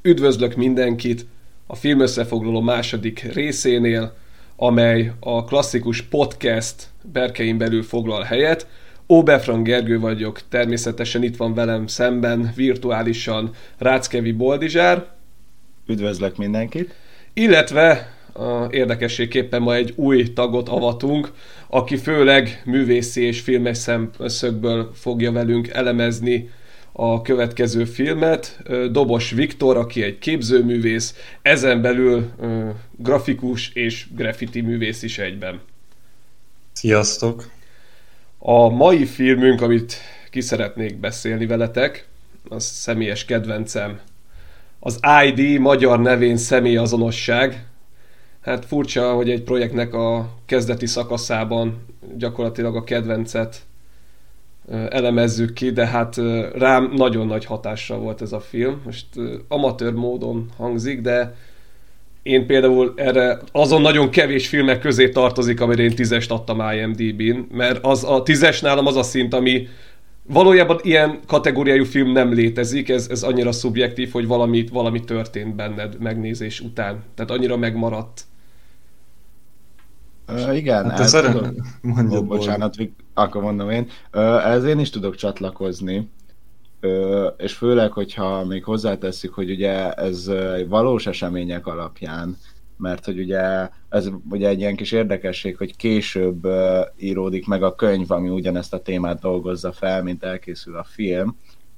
Üdvözlök mindenkit a filmösszefoglaló második részénél, amely a klasszikus podcast berkein belül foglal helyet. Óbefran Gergő vagyok, természetesen itt van velem szemben, virtuálisan Ráckevi Boldizsár. Üdvözlök mindenkit! Illetve érdekességképpen ma egy új tagot avatunk, aki főleg művészi és filmes szemszögből fogja velünk elemezni a következő filmet. Dobos Viktor, aki egy képzőművész, ezen belül grafikus és graffiti művész is egyben. Sziasztok! A mai filmünk, amit ki szeretnék beszélni veletek, az személyes kedvencem. Az ID, magyar nevén személyazonosság. Hát furcsa, hogy egy projektnek a kezdeti szakaszában gyakorlatilag a kedvencet elemezzük ki, de hát rám nagyon nagy hatással volt ez a film. Most amatőr módon hangzik, de én például erre azon nagyon kevés filmek közé tartozik, amire én 10-est adtam IMDb-n, mert az a 10-es nálam az a szint, ami valójában ilyen kategóriájú film nem létezik, ez annyira szubjektív, hogy valami történt benned megnézés után. Tehát annyira megmaradt. Igen, hát bocsánat, akkor mondom én. Ez én is tudok csatlakozni, és főleg, hogyha még hozzátesszük, hogy ugye ez valós események alapján, mert hogy ugye ez ugye egy ilyen kis érdekesség, hogy később íródik meg a könyv, ami ugyanezt a témát dolgozza fel, mint elkészül a film.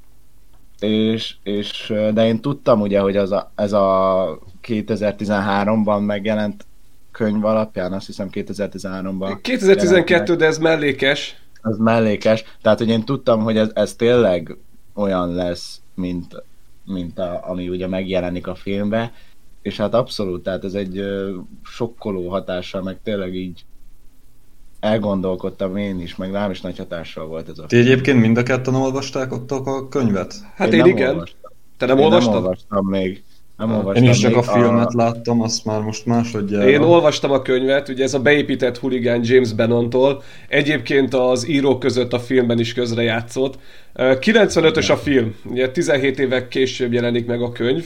De én tudtam ugye, hogy ez a 2013-ban megjelent könyv alapján, azt hiszem 2013-ban. 2012, de ez mellékes. Ez mellékes, tehát hogy én tudtam, hogy ez tényleg olyan lesz, mint ami ugye megjelenik a filmbe, és hát abszolút, tehát ez egy sokkoló hatással, meg tényleg így elgondolkodtam én is, meg rám is nagy hatással volt ez a film. Ti egyébként mind a ketten olvasták a könyvet? Hát én igen. Olvastam. Te nem olvastad? Nem olvastam még. Én is csak a filmet láttam, azt már most másodjára. Én olvastam a könyvet, ugye ez a beépített huligán James Bannontól. Egyébként az írók között a filmben is közrejátszott. 95-ös a film, ugye 17 évek később jelenik meg a könyv.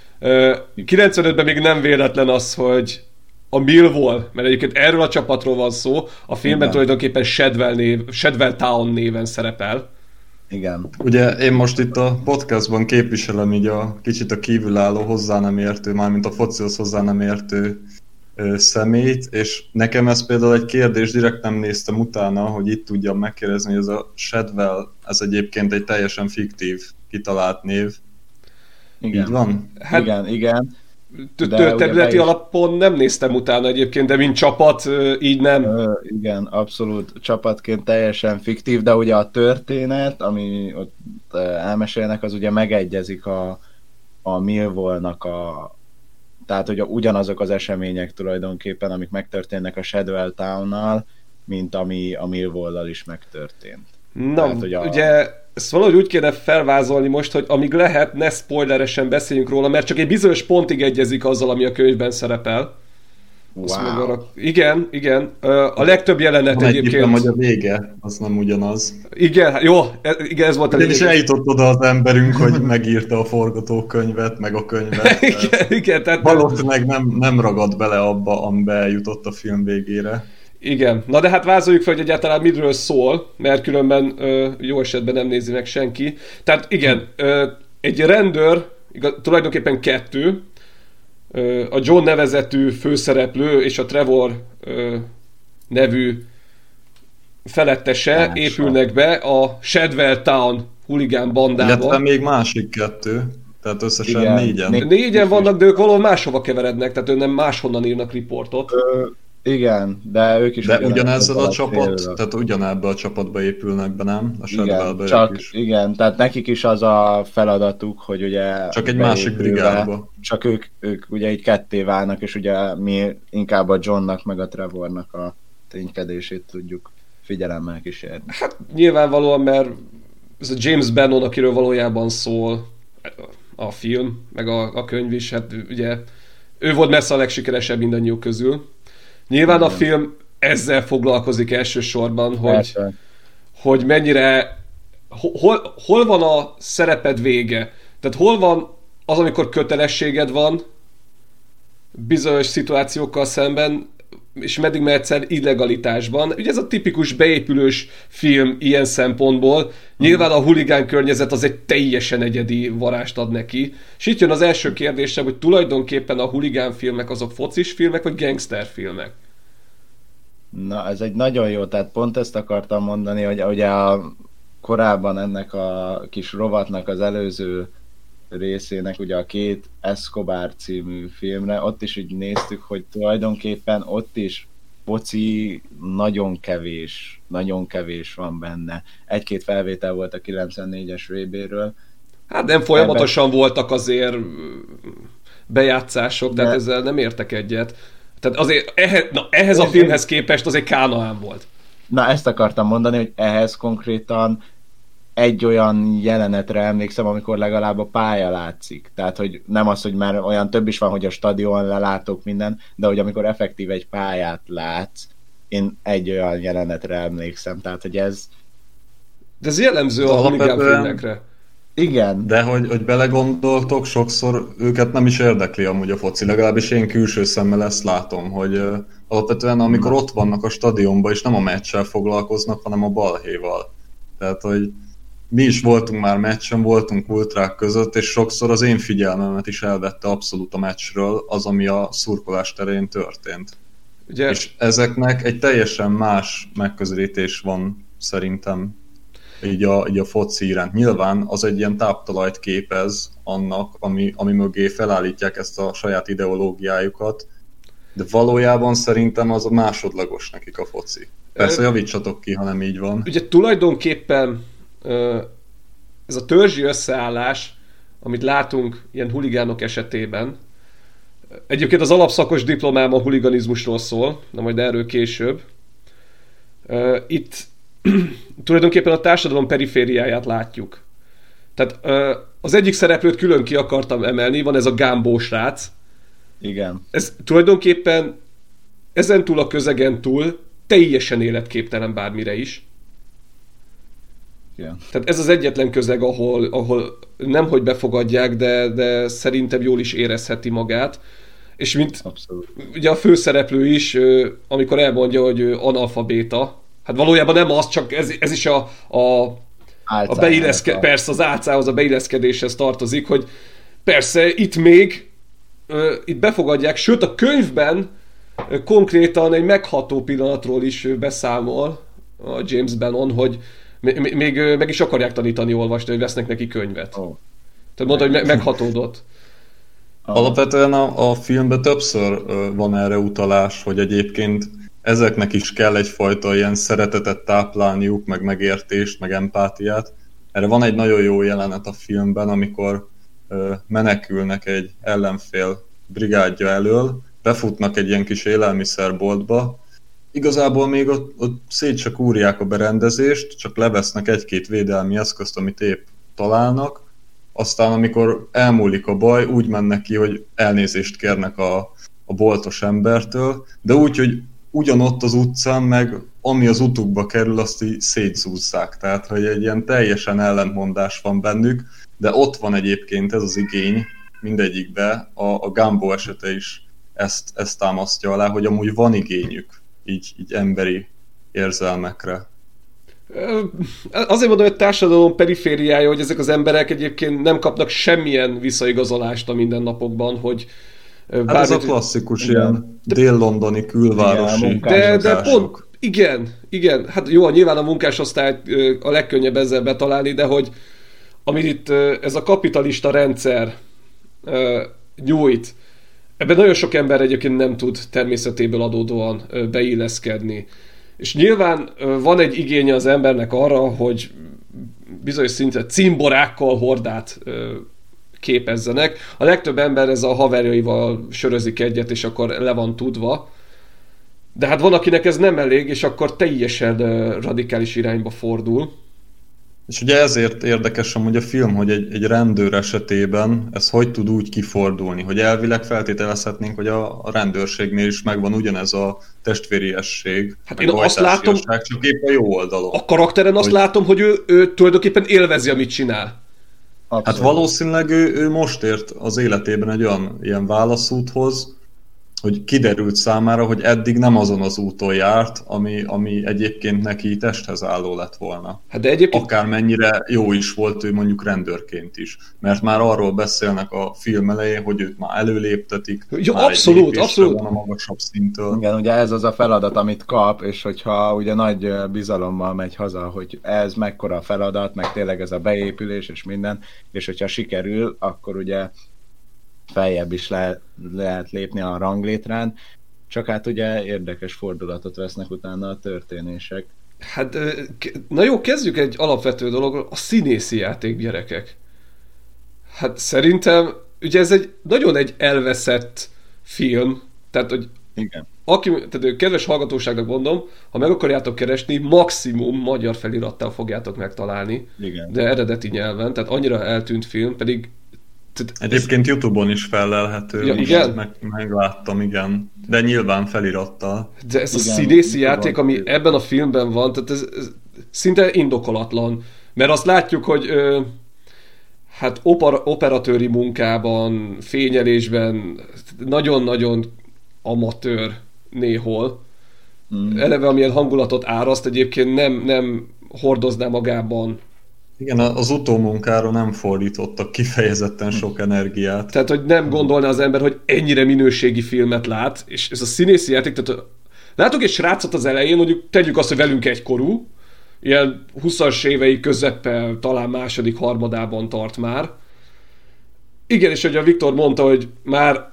95-ben még nem véletlen az, hogy a Millwall, mert egyébként erről a csapatról van szó, a filmben tulajdonképpen Shadwell Town néven szerepel. Igen. Ugye én most itt a podcastban képviselem így kicsit a kívülálló, hozzá nem értő, mármint a focihoz hozzá nem értő személyt, és nekem ez például egy kérdés, direkt nem néztem utána, hogy itt tudjam megkérdezni, hogy ez a Shadwell, ez egyébként egy teljesen fiktív, kitalált név. Igen. Így van? Hát, igen. Területi alapon nem néztem utána egyébként, de mint csapat így nem. Igen, abszolút csapatként teljesen fiktív, de ugye a történet, ami ott elmesélnek, az ugye megegyezik a Millwall-nak tehát ugye ugyanazok az események tulajdonképpen, amik megtörténnek a Shadwell Town-nal, mint ami a Millwall-al is megtörtént. Na, tehát, ugye ezt valahogy úgy kéne felvázolni most, hogy amíg lehet, ne spoileresen beszéljünk róla, mert csak egy bizonyos pontig egyezik azzal, ami a könyvben szerepel. Wow. Igen. A legtöbb jelenet egyébként... hogy a vége, az nem ugyanaz. Igen, jó, igen, ez volt a lényeg. És eljutott oda az emberünk, hogy megírta a forgatókönyvet, meg a könyvet. igen, tehát... Valószínűleg nem ragad bele abba, amibe eljutott a film végére. Igen, na de hát vázoljuk fel, hogy egyáltalán miről szól, mert különben jó esetben nem nézi meg senki. Tehát igen, egy rendőr, tulajdonképpen kettő, a John nevezetű főszereplő és a Trevor nevű felettese épülnek be a Shadwell Town huligán bandába. Illetve még másik kettő, tehát összesen négyen vannak, de ők valahol máshova keverednek, tehát ők nem máshonnan írnak riportot. Igen, de ők is... De ugyanezzel a csapat, tehát ugyanebben a csapatba épülnek be, nem? A igen, igen, tehát nekik is az a feladatuk, hogy ugye... Csak egy másik brigádba. Csak ők ugye így ketté válnak, és ugye mi inkább a Johnnak meg a Trevornak a ténykedését tudjuk figyelemmel kísérni. Hát nyilvánvalóan, mert ez a James Bannon, akiről valójában szól a film, meg a könyv is, hát ugye ő volt messze a legsikeresebb mindannyiuk közül. Nyilván a film ezzel foglalkozik elsősorban, hogy mennyire... Hol van a szereped vége? Tehát hol van az, amikor kötelességed van bizonyos szituációkkal szemben, és meddig mehetsz el illegalitásban. Ugye ez a tipikus beépülős film ilyen szempontból. Nyilván a huligán környezet az egy teljesen egyedi varást ad neki. És itt jön az első kérdésem, hogy tulajdonképpen a huligán filmek azok focis filmek, vagy gangster filmek? Na, ez egy nagyon jó, tehát pont ezt akartam mondani, hogy ugye korábban ennek a kis rovatnak az előző részének, ugye a két Escobar című filmre, ott is úgy néztük, hogy tulajdonképpen ott is foci nagyon kevés van benne. Egy-két felvétel volt a 94-es VB-ről. Hát nem folyamatosan voltak azért bejátszások, tehát ezzel nem értek egyet. Tehát azért ehhez a filmhez képest az egy Kánaán volt. Na, ezt akartam mondani, hogy ehhez konkrétan egy olyan jelenetre emlékszem, amikor legalább a pálya látszik. Tehát, hogy nem az, hogy már olyan több is van, hogy a stadion lelátok minden, de hogy amikor effektív egy pályát látsz, én egy olyan jelenetre emlékszem. Tehát, hogy ez... De ez jellemző a huligán filmekre. Igen. De hogy belegondoltok, sokszor őket nem is érdekli amúgy a foci, legalábbis én külső szemmel ezt látom, hogy alapvetően amikor ott vannak a stadionban, és nem a meccsel foglalkoznak, hanem a balhéval. Tehát, hogy mi is voltunk már meccsen, voltunk ultrák között, és sokszor az én figyelmemet is elvette abszolút a meccsről az, ami a szurkolás terén történt. Ugye? És ezeknek egy teljesen más megközelítés van szerintem így a foci iránt. Nyilván az egy ilyen táptalajt képez annak, ami mögé felállítják ezt a saját ideológiájukat, de valójában szerintem az a másodlagos nekik a foci. Persze javítsatok ki, ha nem így van. Ugye tulajdonképpen ez a törzsi összeállás, amit látunk ilyen huligánok esetében, egyébként az alapszakos diplomám a huliganizmusról szól, de majd erről később. Itt tulajdonképpen a társadalom perifériáját látjuk. Tehát az egyik szereplőt külön ki akartam emelni, van ez a Gambó srác. Igen. Ez tulajdonképpen ezen túl a közegen túl teljesen életképtelen bármire is. Igen. Tehát ez az egyetlen közeg, ahol nemhogy befogadják, de szerintem jól is érezheti magát. És mint abszolút. Ugye a főszereplő is, amikor elmondja, hogy analfabéta, hát valójában nem az, csak ez is a persze az álcához, a beilleszkedéshez tartozik, hogy persze itt még itt befogadják, sőt a könyvben konkrétan egy megható pillanatról is beszámol a James Bannon, hogy még meg is akarják tanítani olvasni, hogy vesznek neki könyvet. Oh. Tehát mondta, hogy meghatódott. Alapvetően a filmben többször van erre utalás, hogy egyébként ezeknek is kell egyfajta ilyen szeretetet táplálniuk, meg megértést, meg empátiát. Erre van egy nagyon jó jelenet a filmben, amikor menekülnek egy ellenfél brigádja elől, befutnak egy ilyen kis élelmiszerboltba, igazából még ott szét se kúrják a berendezést, csak levesznek egy-két védelmi eszközt, amit épp találnak, aztán amikor elmúlik a baj, úgy mennek ki, hogy elnézést kérnek a boltos embertől, de úgy, hogy ugyanott az utcán, meg ami az utukba kerül, azt így szétszúzzák. Tehát, hogy egy ilyen teljesen ellentmondás van bennük, de ott van egyébként ez az igény mindegyikbe, a Gambó esete is ezt támasztja alá, hogy amúgy van igényük így emberi érzelmekre. Azért mondom, hogy társadalom perifériája, hogy ezek az emberek egyébként nem kapnak semmilyen visszaigazolást a mindennapokban, hogy hát ez a klasszikus ilyen dél-londoni külvárosi de pont, igen, hát jó, nyilván a munkásosztályt a legkönnyebb ezzel betalálni, de hogy amit itt ez a kapitalista rendszer nyújt, ebben nagyon sok ember egyébként nem tud természetéből adódóan beilleszkedni. És nyilván van egy igénye az embernek arra, hogy bizonyos szinten cimborákkal hordát képezzenek. A legtöbb ember ez a haverjaival sörözik egyet, és akkor le van tudva. De hát van, akinek ez nem elég, és akkor teljesen radikális irányba fordul. És ugye ezért érdekes amúgy a film, hogy egy rendőr esetében ez hogy tud úgy kifordulni, hogy elvileg feltételezhetnénk, hogy a rendőrségnél is megvan ugyanez a testvériesség, hát én azt látom, csak épp a jó oldalon. A karakteren azt látom, hogy ő tulajdonképpen élvezi, amit csinál. Hát valószínűleg ő most ért az életében egy olyan ilyen válaszúthoz, hogy kiderült számára, hogy eddig nem azon az úton járt, ami egyébként neki testhez álló lett volna. Hát de egyébként... Akármennyire jó is volt ő mondjuk rendőrként is. Mert már arról beszélnek a film elején, hogy őt már előléptetik. Ja, abszolút. Van a magasabb szintől. Igen, ugye ez az a feladat, amit kap, és hogyha ugye nagy bizalommal megy haza, hogy ez mekkora feladat, meg tényleg ez a beépülés és minden, és hogyha sikerül, akkor ugye feljebb is lehet lépni a ranglétrán, csak hát ugye érdekes fordulatot vesznek utána a történések. Hát, na jó, kezdjük egy alapvető dologról, a színészi játék, gyerekek. Hát szerintem, ugye ez nagyon egy elveszett film, tehát, hogy igen. Tehát kedves hallgatóságnak mondom, ha meg akarjátok keresni, maximum magyar felirattal fogjátok megtalálni, igen. De eredeti nyelven, tehát annyira eltűnt film, pedig egyébként YouTube-on is fellelhető, ja, igen? Megláttam, igen. De nyilván felirattal. De ez igen, a színészi játék, ami ebben a filmben van, tehát ez szinte indokolatlan. Mert azt látjuk, hogy hát operatőri munkában, fényelésben nagyon-nagyon amatőr néhol. Eleve amilyen hangulatot áraszt, egyébként nem hordozná magában. Igen, az utómunkára nem fordítottak kifejezetten sok energiát. Tehát, hogy nem gondolná az ember, hogy ennyire minőségi filmet lát, és ez a színészi játék, tehát látok egy srácot az elején, mondjuk tegyük azt, hogy velünk egykorú, ilyen 20-as évei közepe, talán második harmadában tart már. Igen, és hogy a Viktor mondta, hogy már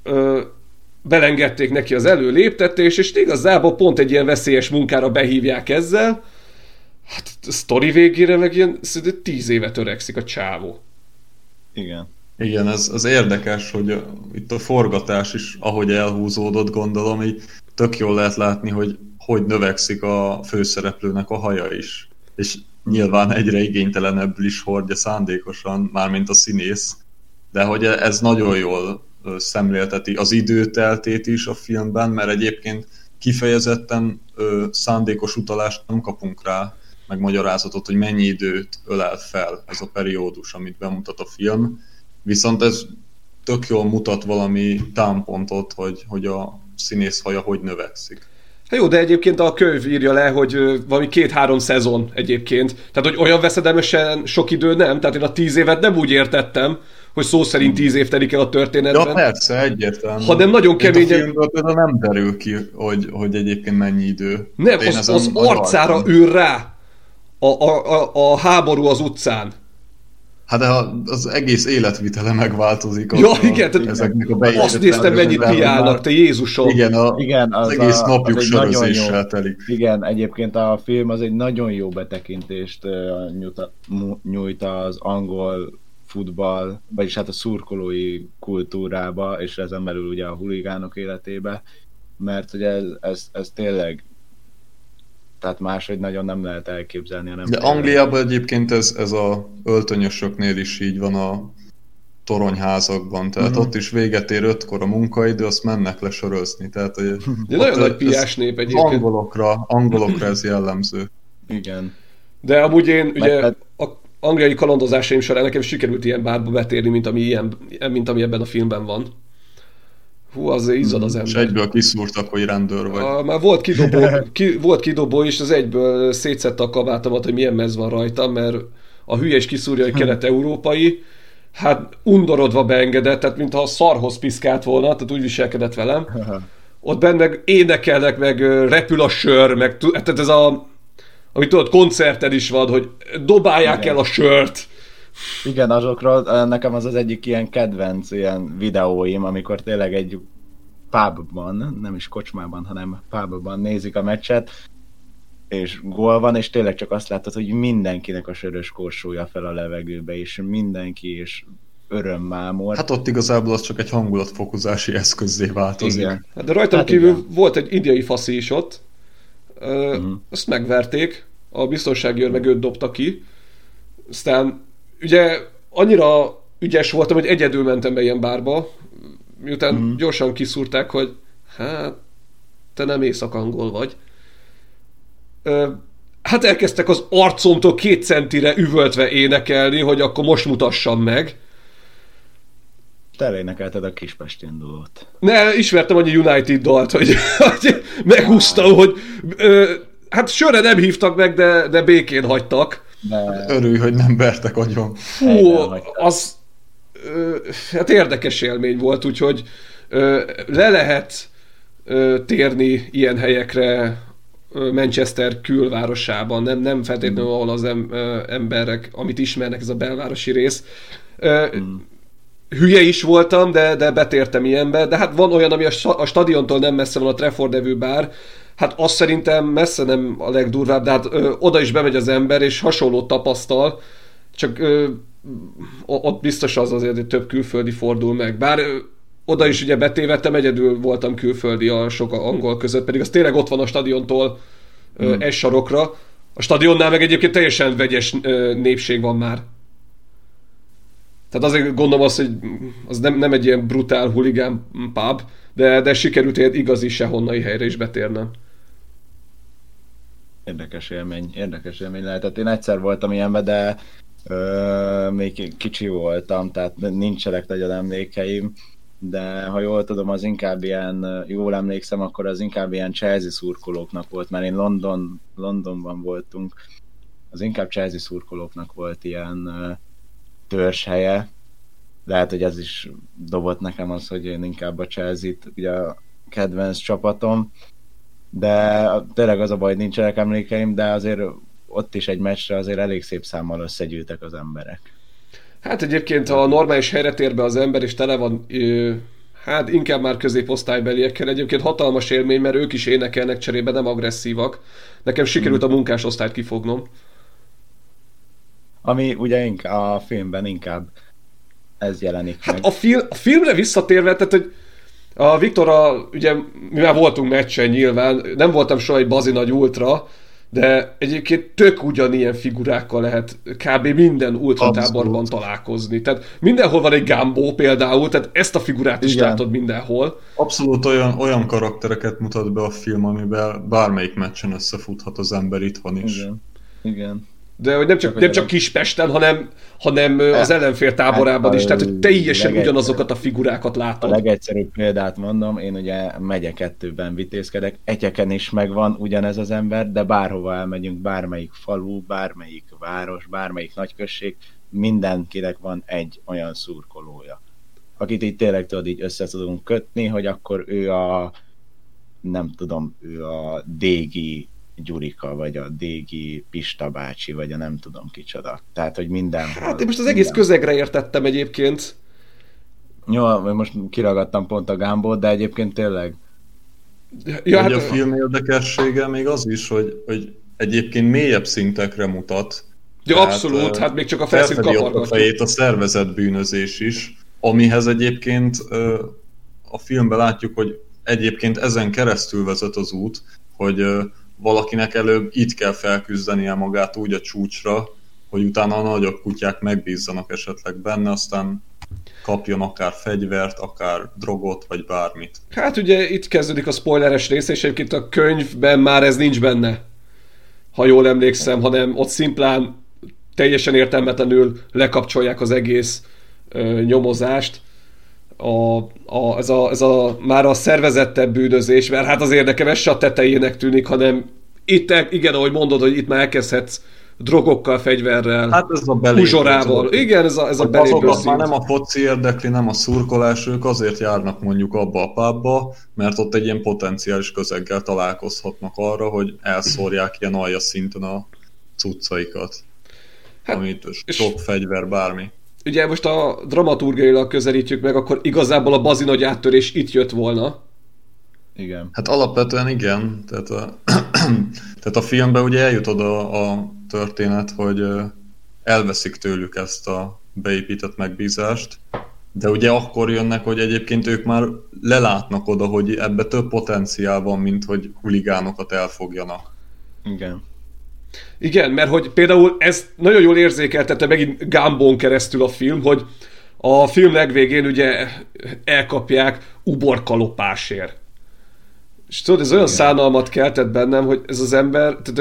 belengedték neki az előléptetést, és igazából pont egy ilyen veszélyes munkára behívják ezzel. Hát a sztori végére meg ilyen 10 évet öregszik a csávó. Igen. Igen, ez érdekes, hogy itt a forgatás is, ahogy elhúzódott, gondolom, így tök jól lehet látni, hogy növekszik a főszereplőnek a haja is. És nyilván egyre igénytelenebbül is hordja szándékosan, mármint a színész. De hogy ez nagyon jól szemlélteti az időteltét is a filmben, mert egyébként kifejezetten szándékos utalást nem kapunk rá, meg magyarázatot, hogy mennyi időt ölel fel ez a periódus, amit bemutat a film. Viszont ez tök jól mutat valami támpontot, hogy a színész haja hogy növekszik. Hát jó, de egyébként a könyv írja le, hogy valami 2-3 szezon egyébként. Tehát, hogy olyan veszedelmesen sok idő nem. Tehát én a 10 évet nem úgy értettem, hogy szó szerint 10 év telik el a történetben. Ja, persze, egyértelmű. Hanem nagyon keményen... A filmből például nem derül ki, hogy egyébként mennyi idő. Nem, az arcára ül rá a háború az utcán. Hát de az egész életvitele megváltozik. Ja, igen, azt néztem, mennyit piálnak, te Jézusom. Igen, az egész napjuk sörözéssel telik. Igen, egyébként a film az egy nagyon jó betekintést nyújt az angol futball, vagyis hát a szurkolói kultúrába, és ezen belül ugye a huligánok életébe, mert ugye ez tényleg, tehát máshogy nagyon nem lehet elképzelni. De Angliában egyébként ez a öltönyösöknél is így van a toronyházakban, tehát ott is véget ér 5-kor a munkaidő, azt mennek lesörözni. Tehát, de nagyon nagy piás nép egyébként. Angolokra ez jellemző. Igen. De amúgy én ugye a angliai kalandozásaim során nekem sikerült ilyen bárba betérni, mint ami ebben a filmben van. Hú, az izzad az ember. És egyből kiszúrtak, hogy rendőr vagy. Már volt kidobó, és az egyből szétszette a kabátomat, hogy milyen mez van rajtam, mert a hülye is kiszúrja, hogy kelet-európai. Hát undorodva beengedett, tehát mintha a szarhoz piszkált volna, tehát úgy viselkedett velem. Ott benne énekelnek, meg repül a sör, meg tehát ez amit tudod, koncerten is van, hogy dobálják el a sört. Igen, azokról nekem az egyik ilyen kedvenc ilyen videóim, amikor tényleg egy pubban, nem is kocsmában, hanem pubban nézik a meccset, és gól van, és tényleg csak azt látod, hogy mindenkinek a sörös korsója fel a levegőbe, és mindenki, és örömmámor. Hát ott igazából az csak egy hangulatfokozási eszközzé változik. Igen. De rajtam kívül volt egy indiai faszi is ott, azt megverték, a biztonsági őr meg őt dobta ki, aztán ugye annyira ügyes voltam, hogy egyedül mentem be ilyen bárba, miután gyorsan kiszúrták, hogy hát te nem észak-angol vagy. Hát elkezdtek az arcomtól 2 centire üvöltve énekelni, hogy akkor most mutassam meg. Te elénekelted a Kispest indulót. Ne, ismertem annyi United dalt, hogy megúsztam, hogy hát sörre nem hívtak meg, de békén hagytak. De... Örülj, hogy nem vertek agyon. Fú, az hát érdekes élmény volt, úgyhogy le lehet térni ilyen helyekre Manchester külvárosában, nem feltétlenül ahol az emberek, amit ismernek, ez a belvárosi rész. Hülye is voltam, de betértem ilyenbe, de hát van olyan, ami a stadiontól nem messze van, a Trafford nevű bár, hát azt szerintem messze nem a legdurvább, de hát oda is bemegy az ember, és hasonlót tapasztal, csak ott biztos az azért, hogy több külföldi fordul meg. Bár oda is ugye betévettem, egyedül voltam külföldi a sok angol között, pedig az tényleg ott van a stadiontól egy sarokra. A stadionnál meg egyébként teljesen vegyes népség van már. Tehát azért gondolom azt, hogy az nem egy ilyen brutál huligán pub, de sikerült egy igazi sehonnai helyre is betérnem. Érdekes élmény lehetett. Én egyszer voltam ilyenben, de még kicsi voltam, tehát nincsenek nagyon emlékeim, de ha jól tudom, az inkább ilyen, jól emlékszem, akkor az inkább ilyen Chelsea szurkolóknak volt, mert én Londonban voltunk, az inkább Chelsea szurkolóknak volt ilyen törzshelye. Lehet, hogy ez is dobott nekem az, hogy én inkább a Chelsea-t, ugye a kedvenc csapatom, de tényleg az a baj, hogy nincsenek emlékeim, de azért ott is egy meccsre azért elég szép számmal összegyűltek az emberek. Hát egyébként, ha a normális helyre tér be az ember, és tele van, hát inkább már középosztálybeliekkel, egyébként hatalmas élmény, mert ők is énekelnek cserébe, nem agresszívak. Nekem sikerült a munkásosztályt kifognom. Ami ugye a filmben inkább ez jelenik meg. Hát a filmre visszatérve, tehát, hogy a Viktorral, ugye, mivel voltunk meccsen nyilván, nem voltam soha egy bazi nagy ultra, de egyébként tök ugyanilyen figurákkal lehet kb. Minden ultratáborban találkozni. Tehát mindenhol van egy Gambó például, tehát ezt a figurát is látod mindenhol. Abszolút olyan karaktereket mutat be a film, amiben bármelyik meccsen összefuthat az ember itthon is. Igen. De hogy nem csak Kispesten, hanem az ellenfél táborában is, tehát hogy teljesen ugyanazokat a figurákat látod. A legegyszerűbb példát mondom, én ugye megye 2-ben vitézkedek, Egyeken is megvan ugyanez az ember, de bárhova elmegyünk, bármelyik falu, bármelyik város, bármelyik nagyközség, mindenkinek van egy olyan szurkolója, akit így tényleg tudod, így össze tudunk kötni, hogy akkor ő a Dégi Gyurika, vagy a Dégi Pista bácsi, vagy a nem tudom kicsoda. Tehát, hogy mindenhol. Hát én most az egész közegre értettem egyébként. Jó, most kiragadtam pont a Gambót, de egyébként tényleg. Ja, hát a film érdekessége még az is, hogy egyébként mélyebb szintekre mutat. Ja, tehát, abszolút, hát még csak a felszínt kapargatjuk. A fejét a szervezett bűnözés is, amihez egyébként a filmben látjuk, hogy egyébként ezen keresztül vezet az út, hogy valakinek előbb itt kell felküzdenie magát úgy a csúcsra, hogy utána a nagyobb kutyák megbízzanak esetleg benne, aztán kapjon akár fegyvert, akár drogot, vagy bármit. Hát ugye itt kezdődik a spoileres rész, és egyébként a könyvben már ez nincs benne, ha jól emlékszem, hanem ott szimplán teljesen értelmetlenül lekapcsolják az egész nyomozást. Ez a már a szervezettebb bűnözés, mert hát azért nekem ez se a tetejének tűnik, hanem itt, igen, ahogy mondod, hogy itt már elkezdhetsz drogokkal, fegyverrel, hát ez a uzsorával. Igen, ez a belépő szint. Már nem a foci érdekli, nem a szurkolás, ők azért járnak mondjuk abba a pubba, mert ott egy ilyen potenciális közeggel találkozhatnak arra, hogy elszórják ilyen aljas szinten a cuccaikat. Hát, amit sok fegyver, bármi. Ugye most a dramaturgiailag közelítjük meg, akkor igazából a bazi nagy áttörés itt jött volna. Igen. Hát alapvetően igen. Tehát a filmben ugye eljut oda a történet, hogy elveszik tőlük ezt a beépített megbízást, de ugye akkor jönnek, hogy egyébként ők már lelátnak oda, hogy ebbe több potenciál van, mint hogy huligánokat elfogjanak. Igen. Igen, mert hogy például ez nagyon jól érzékeltette megint Gambón keresztül a film, hogy a film legvégén ugye elkapják uborkalopásért. És tudod, ez olyan szánalmat keltett bennem, hogy ez az ember, tehát hogy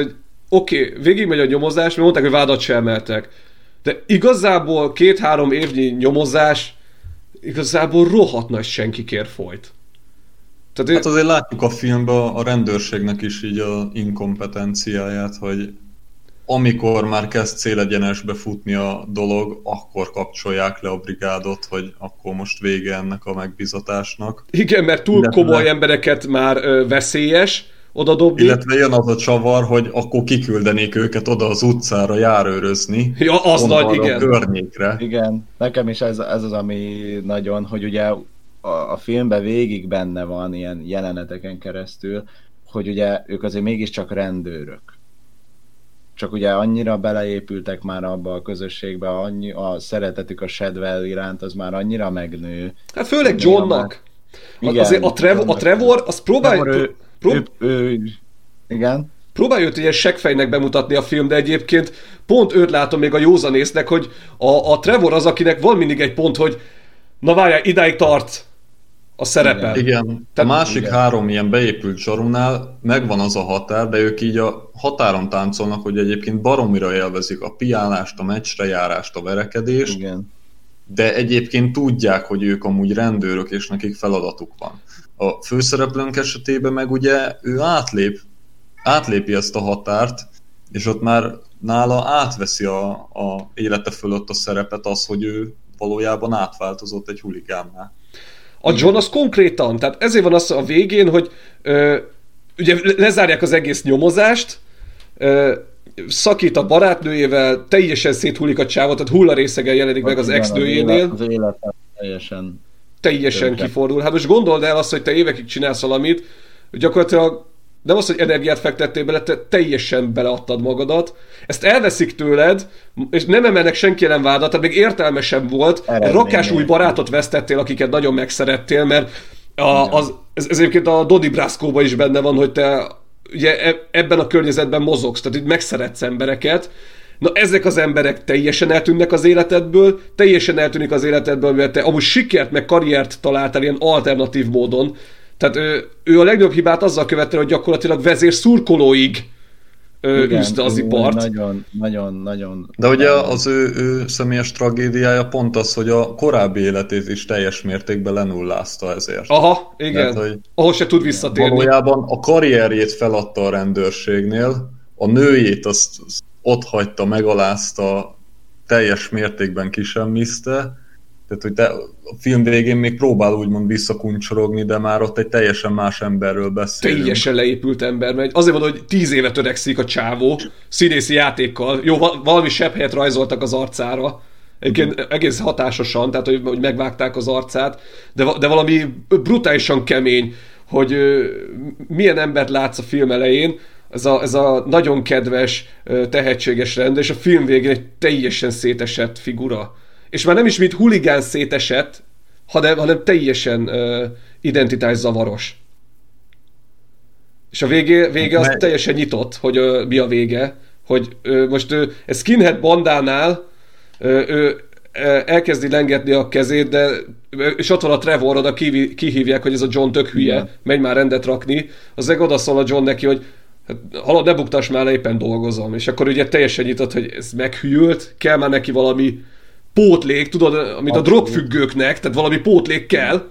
oké, végigmegy a nyomozás, mert mondták, hogy vádat se emeltek. De igazából 2-3 évnyi nyomozás igazából rohadt nagy senkikért folyt. Tehát hát azért látjuk a filmben a rendőrségnek is így a inkompetenciáját, hogy amikor már kezd célegyenesbe futni a dolog, akkor kapcsolják le a brigádot, hogy akkor most vége ennek a megbízatásnak. Igen, mert túl komoly embereket már veszélyes oda dobni. Illetve jön az a csavar, hogy akkor kiküldenék őket oda az utcára járőrözni. Ja, az nagy, igen. A környékre. Igen, nekem is ez az, ami nagyon, hogy ugye a filmben végig benne van ilyen jeleneteken keresztül, hogy ugye ők azért mégiscsak rendőrök. Csak ugye annyira beleépültek már abba a közösségbe, a szeretetük a Shadwell iránt, az már annyira megnő. Hát főleg Johnnak. Igen, azért a Trevor, az próbálja... Igen. Próbálja őt ilyen seggfejnek bemutatni a film, de egyébként pont őt látom még a józanésznek, hogy a Trevor az, akinek van mindig egy pont, hogy na várjál, idáig tart a szerepe. Igen. A másik három ilyen beépült zsarunál megvan az a határ, de ők így a határon táncolnak, hogy egyébként baromira élvezik a piálást, a meccsre járást, a verekedést, igen. De egyébként tudják, hogy ők amúgy rendőrök, és nekik feladatuk van. A főszereplőnk esetében meg ugye ő átlépi ezt a határt, és ott már nála átveszi a élete fölött a szerepet az, hogy ő valójában átváltozott egy huligánnál. A John az konkrétan, tehát ezért van az a végén, hogy ugye lezárják az egész nyomozást, szakít a barátnőjével, teljesen széthullik a csávot, tehát hullarészegen jelenik meg az ex-nőjénél. Az élete teljesen kifordul. Hát most gondold el azt, hogy te évekig csinálsz valamit, gyakorlatilag nem az, hogy energiát fektettél bele, te teljesen beleadtad magadat. Ezt elveszik tőled, és nem emelnek senki ellen vádat, tehát még értelmesebb volt. Egy rakás új barátot vesztettél, akiket nagyon megszerettél, mert ez egyébként a Donnie Brasco-ban is benne van, hogy te ugye ebben a környezetben mozogsz, tehát itt megszeretsz embereket. Na ezek az emberek teljesen eltűnnek az életedből, teljesen az életedből, mert te amúgy sikert meg karriert találtál ilyen alternatív módon. Tehát ő a legnagyobb hibát azzal követte, hogy gyakorlatilag vezér szurkolóig üzte az ipart. Nagyon. De ugye az ő személyes tragédiája pont az, hogy a korábbi életét is teljes mértékben lenullázta ezért. Aha, igen. Tehát, ahhoz se tud visszatérni. Valójában a karrierjét feladta a rendőrségnél, a nőjét azt ott hagyta, megalázta, teljes mértékben kisemmizte. Tehát, hogy a film végén még próbál úgymond visszakuncsorogni, de már ott egy teljesen más emberről beszélünk. Teljesen leépült ember, mert azért van, hogy 10 éve törekszik a csávó, színészi játékkal. Jó, valami sebb helyet rajzoltak az arcára. Egyébként egész hatásosan, tehát hogy megvágták az arcát, de valami brutálisan kemény, hogy milyen embert látsz a film elején, ez a nagyon kedves, tehetséges rendőr, és a film végén egy teljesen szétesett figura. És már nem is mint huligán szétesett, hanem teljesen identitászavaros. És a vége az teljesen nyitott, hogy mi a vége. Hogy most egy skinhead bandánál ő elkezdi lengetni a kezét, és ott van a Trevor, oda kihívják, hogy ez a John tök hülye, menj már rendet rakni. Az meg odaszól a John neki, hogy hát, halad, ne buktass már, éppen dolgozom. És akkor ugye teljesen nyitott, hogy ez meghűlt, kell már neki valami pótlék, tudod, amit a drogfüggőknek, tehát valami pótlék kell.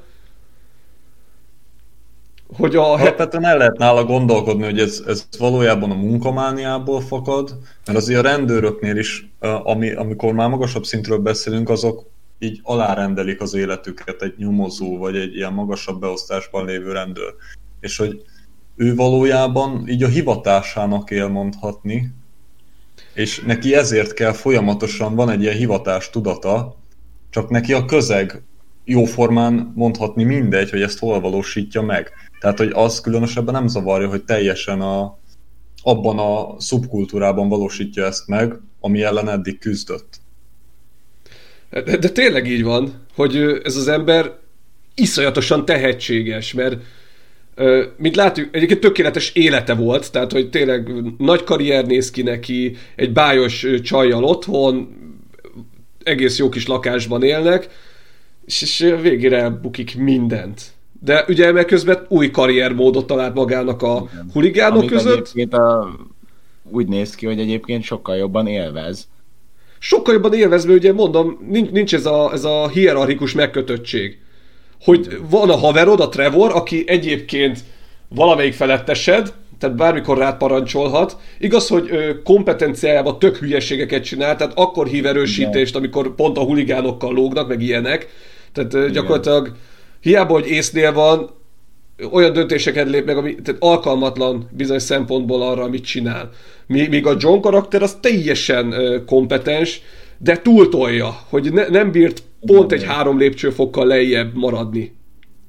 Hogy alapvetően el lehet nála gondolkodni, hogy ez valójában a munkamániából fakad, mert azért a rendőröknél is, amikor már magasabb szintről beszélünk, azok így alárendelik az életüket egy nyomozó, vagy egy ilyen magasabb beosztásban lévő rendőr. És hogy ő valójában így a hivatásának él mondhatni, és neki ezért kell folyamatosan, van egy ilyen hivatás tudata, csak neki a közeg jóformán mondhatni mindegy, hogy ezt hol valósítja meg. Tehát, hogy az különösebben nem zavarja, hogy teljesen abban a szubkultúrában valósítja ezt meg, ami ellen eddig küzdött. De tényleg így van, hogy ez az ember iszonyatosan tehetséges, mert mint látjuk, egyébként tökéletes élete volt, tehát, hogy tényleg nagy karrier néz ki neki, egy bájos csajjal otthon, egész jó kis lakásban élnek, és végére elbukik mindent. De ugye mert közben új karriermódot talált magának a huligánok között. úgy néz ki, hogy egyébként sokkal jobban élvez. Sokkal jobban élvez, mert ugye mondom, nincs ez a hierarchikus megkötöttség. Hogy van a haverod, a Trevor, aki egyébként valamelyik felettesed, tehát bármikor rád parancsolhat. Igaz, hogy kompetenciájában tök hülyeségeket csinál, tehát akkor hív erősítést, amikor pont a huligánokkal lógnak, meg ilyenek. Tehát gyakorlatilag hiába, hogy észnél van, olyan döntéseket lép meg, ami tehát alkalmatlan bizonyos szempontból arra, amit csinál. Míg a John karakter az teljesen kompetens, de túltolja, hogy nem bírt pont egy 3 lépcsőfokkal lejjebb maradni.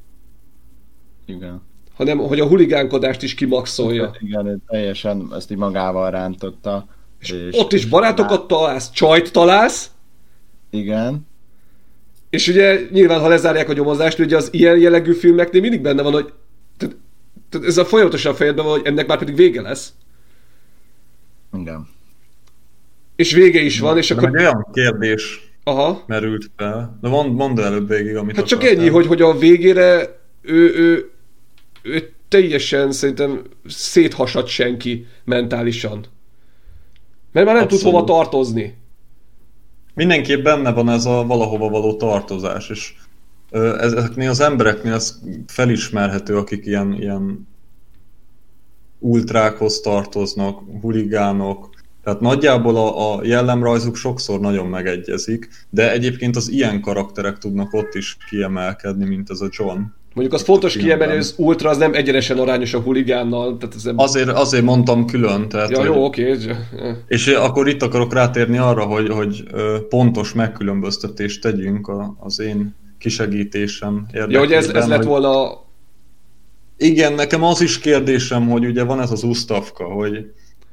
Igen. Hanem, hogy a huligánkodást is kimaxolja. Igen, teljesen ezt így magával rántotta. És ott is barátokat találsz, csajt találsz. Igen. És ugye nyilván, ha lezárják a nyomozást, ugye az ilyen jellegű filmeknél mindig benne van, hogy tehát ez a folyamatosan fejedben van, hogy ennek már pedig vége lesz. Igen. És vége is van, és akkor... Egy olyan kérdés merült fel. De mondd előbb végig, amit hát csak ennyi, hogy a végére ő teljesen szerintem széthasad senki mentálisan. Mert már nem tud hova tartozni. Mindenképp benne van ez a valahova való tartozás, és ezeknél az embereknél ez felismerhető, akik ilyen ultrákhoz tartoznak, huligánok, tehát nagyjából a jellemrajzuk sokszor nagyon megegyezik, de egyébként az ilyen karakterek tudnak ott is kiemelkedni, mint ez a John. Mondjuk az fontos kiemelni, hogy az ultra az nem egyenesen arányos a huligánnal. Tehát ez nem... azért mondtam külön. Tehát, ja, jó, oké. És akkor itt akarok rátérni arra, hogy pontos megkülönböztetést tegyünk az én kisegítésem érdekében. Ja, hogy ez lett volna... Igen, nekem az is kérdésem, hogy ugye van ez az Ustavka, hogy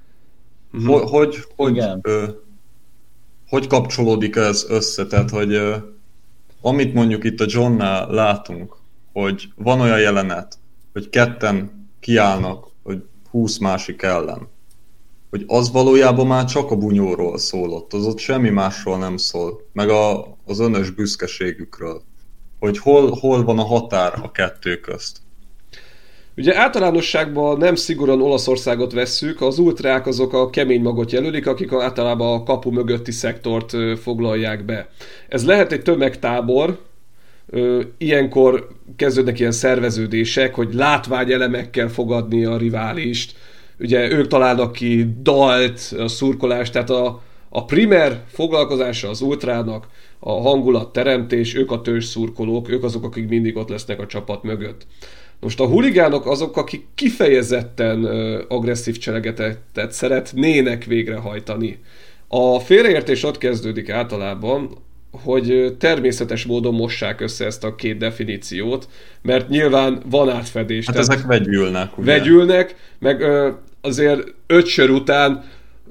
hogy kapcsolódik ez össze, tehát hogy amit mondjuk itt a Johnnál látunk, hogy van olyan jelenet, hogy ketten kiállnak, hogy 20 másik ellen, hogy az valójában már csak a bunyóról szólott, az ott semmi másról nem szól, meg az önös büszkeségükről, hogy hol van a határ a kettő közt. Ugye általánosságban nem szigorúan Olaszországot vesszük, az ultrák azok a kemény magot jelölik, akik általában a kapu mögötti szektort foglalják be. Ez lehet egy tömegtábor, ilyenkor kezdődnek ilyen szerveződések, hogy látványelemekkel fogadni a riválist. Ugye ők találnak ki dalt, a szurkolást, tehát a primer foglalkozása az ultrának, a hangulatteremtés, ők a törzsszurkolók, ők azok, akik mindig ott lesznek a csapat mögött. Most a huligánok azok, akik kifejezetten agresszív cselekedetet szeretnének végrehajtani. A félreértés ott kezdődik általában, hogy természetes módon mossák össze ezt a két definíciót, mert nyilván van átfedés. Hát ezek vegyülnek, ugye? Vegyülnek, meg azért 5 sör után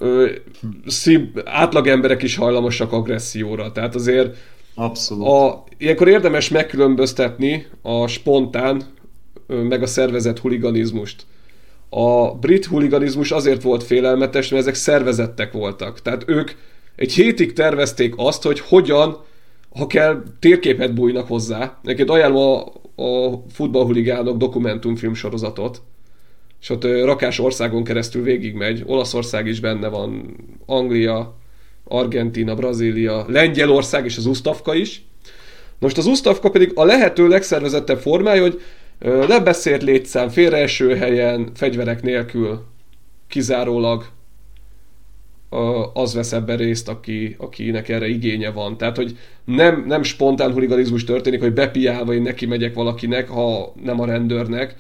átlag emberek is hajlamosak agresszióra. Tehát azért abszolút. Ilyenkor érdemes megkülönböztetni a spontán meg a szervezett huliganizmust. A brit huliganizmus azért volt félelmetes, mert ezek szervezettek voltak. Tehát ők egy hétig tervezték azt, hogy hogyan, ha kell, térképet bújnak hozzá. Neked ajánlom a futballhuligánok dokumentumfilm sorozatot, és ott rakás országon keresztül végigmegy. Olaszország is benne van, Anglia, Argentína, Brazília, Lengyelország és az Ustavka is. Most az Ustavka pedig a lehető legszervezettebb formája, hogy lebeszélt létszám, félreeső helyen, fegyverek nélkül, kizárólag az vesz ebben részt, akinek erre igénye van. Tehát, hogy nem spontán huliganizmus történik, hogy bepiálva én neki megyek valakinek, ha nem a rendőrnek.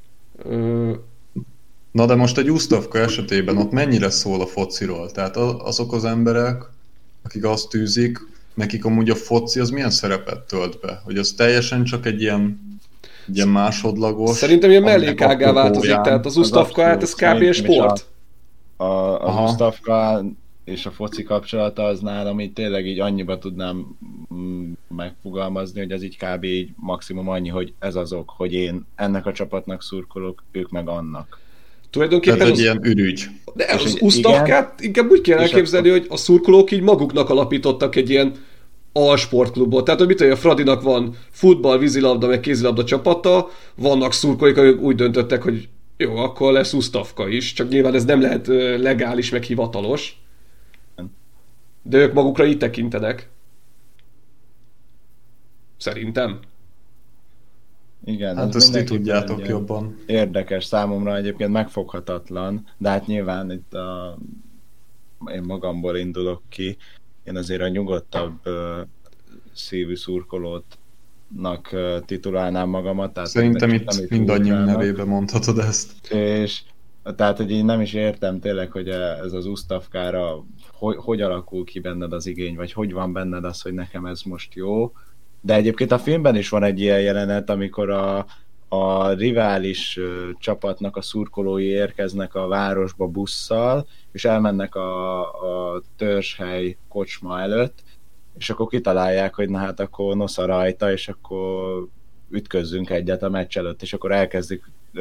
Na de most egy Ustavka esetében ott mennyire szól a fociról? Tehát azok az emberek, akik azt tűzik, nekik amúgy a foci az milyen szerepet tölt be? Hogy az teljesen csak egy ilyen másodlagos... Szerintem ilyen mellékággá változik, tehát az Ustavka ez kb. Sport. Az Ustavka és a foci kapcsolata az nálam így tényleg így annyiba tudnám megfogalmazni, hogy ez így kb. Így maximum annyi, hogy ez azok, hogy én ennek a csapatnak szurkolok, ők meg annak. Tulajdonképpen egy ilyen ürügy. De az Ustavkát inkább úgy kell elképzelni, hogy a szurkolók így maguknak alapítottak egy ilyen alsportklubot. Tehát, hogy mit tudom, a Fradinak van futball, vízilabda, meg kézilabda csapata, vannak szurkolók, akik úgy döntöttek, hogy Jó, akkor lesz Usztavka is, csak nyilván ez nem lehet legális, meg hivatalos. De ők magukra így tekintenek. Szerintem. Igen, hát ezt ti tudjátok jobban. Érdekes, számomra egyébként megfoghatatlan, de hát nyilván itt én magamból indulok ki. Én azért a nyugodtabb szívű szurkolótnak titulálnám magamat. Tehát szerintem itt mindannyiunk nevében mondhatod ezt. És tehát, hogy én nem is értem tényleg, hogy ez az Usztavkára hogy alakul ki benned az igény, vagy hogy van benned az, hogy nekem ez most jó. De egyébként a filmben is van egy ilyen jelenet, amikor a rivális csapatnak a szurkolói érkeznek a városba busszal, és elmennek a törzshely kocsma előtt, és akkor kitalálják, hogy na hát akkor nosza rajta, és akkor ütközzünk egyet a meccs előtt, és akkor elkezdik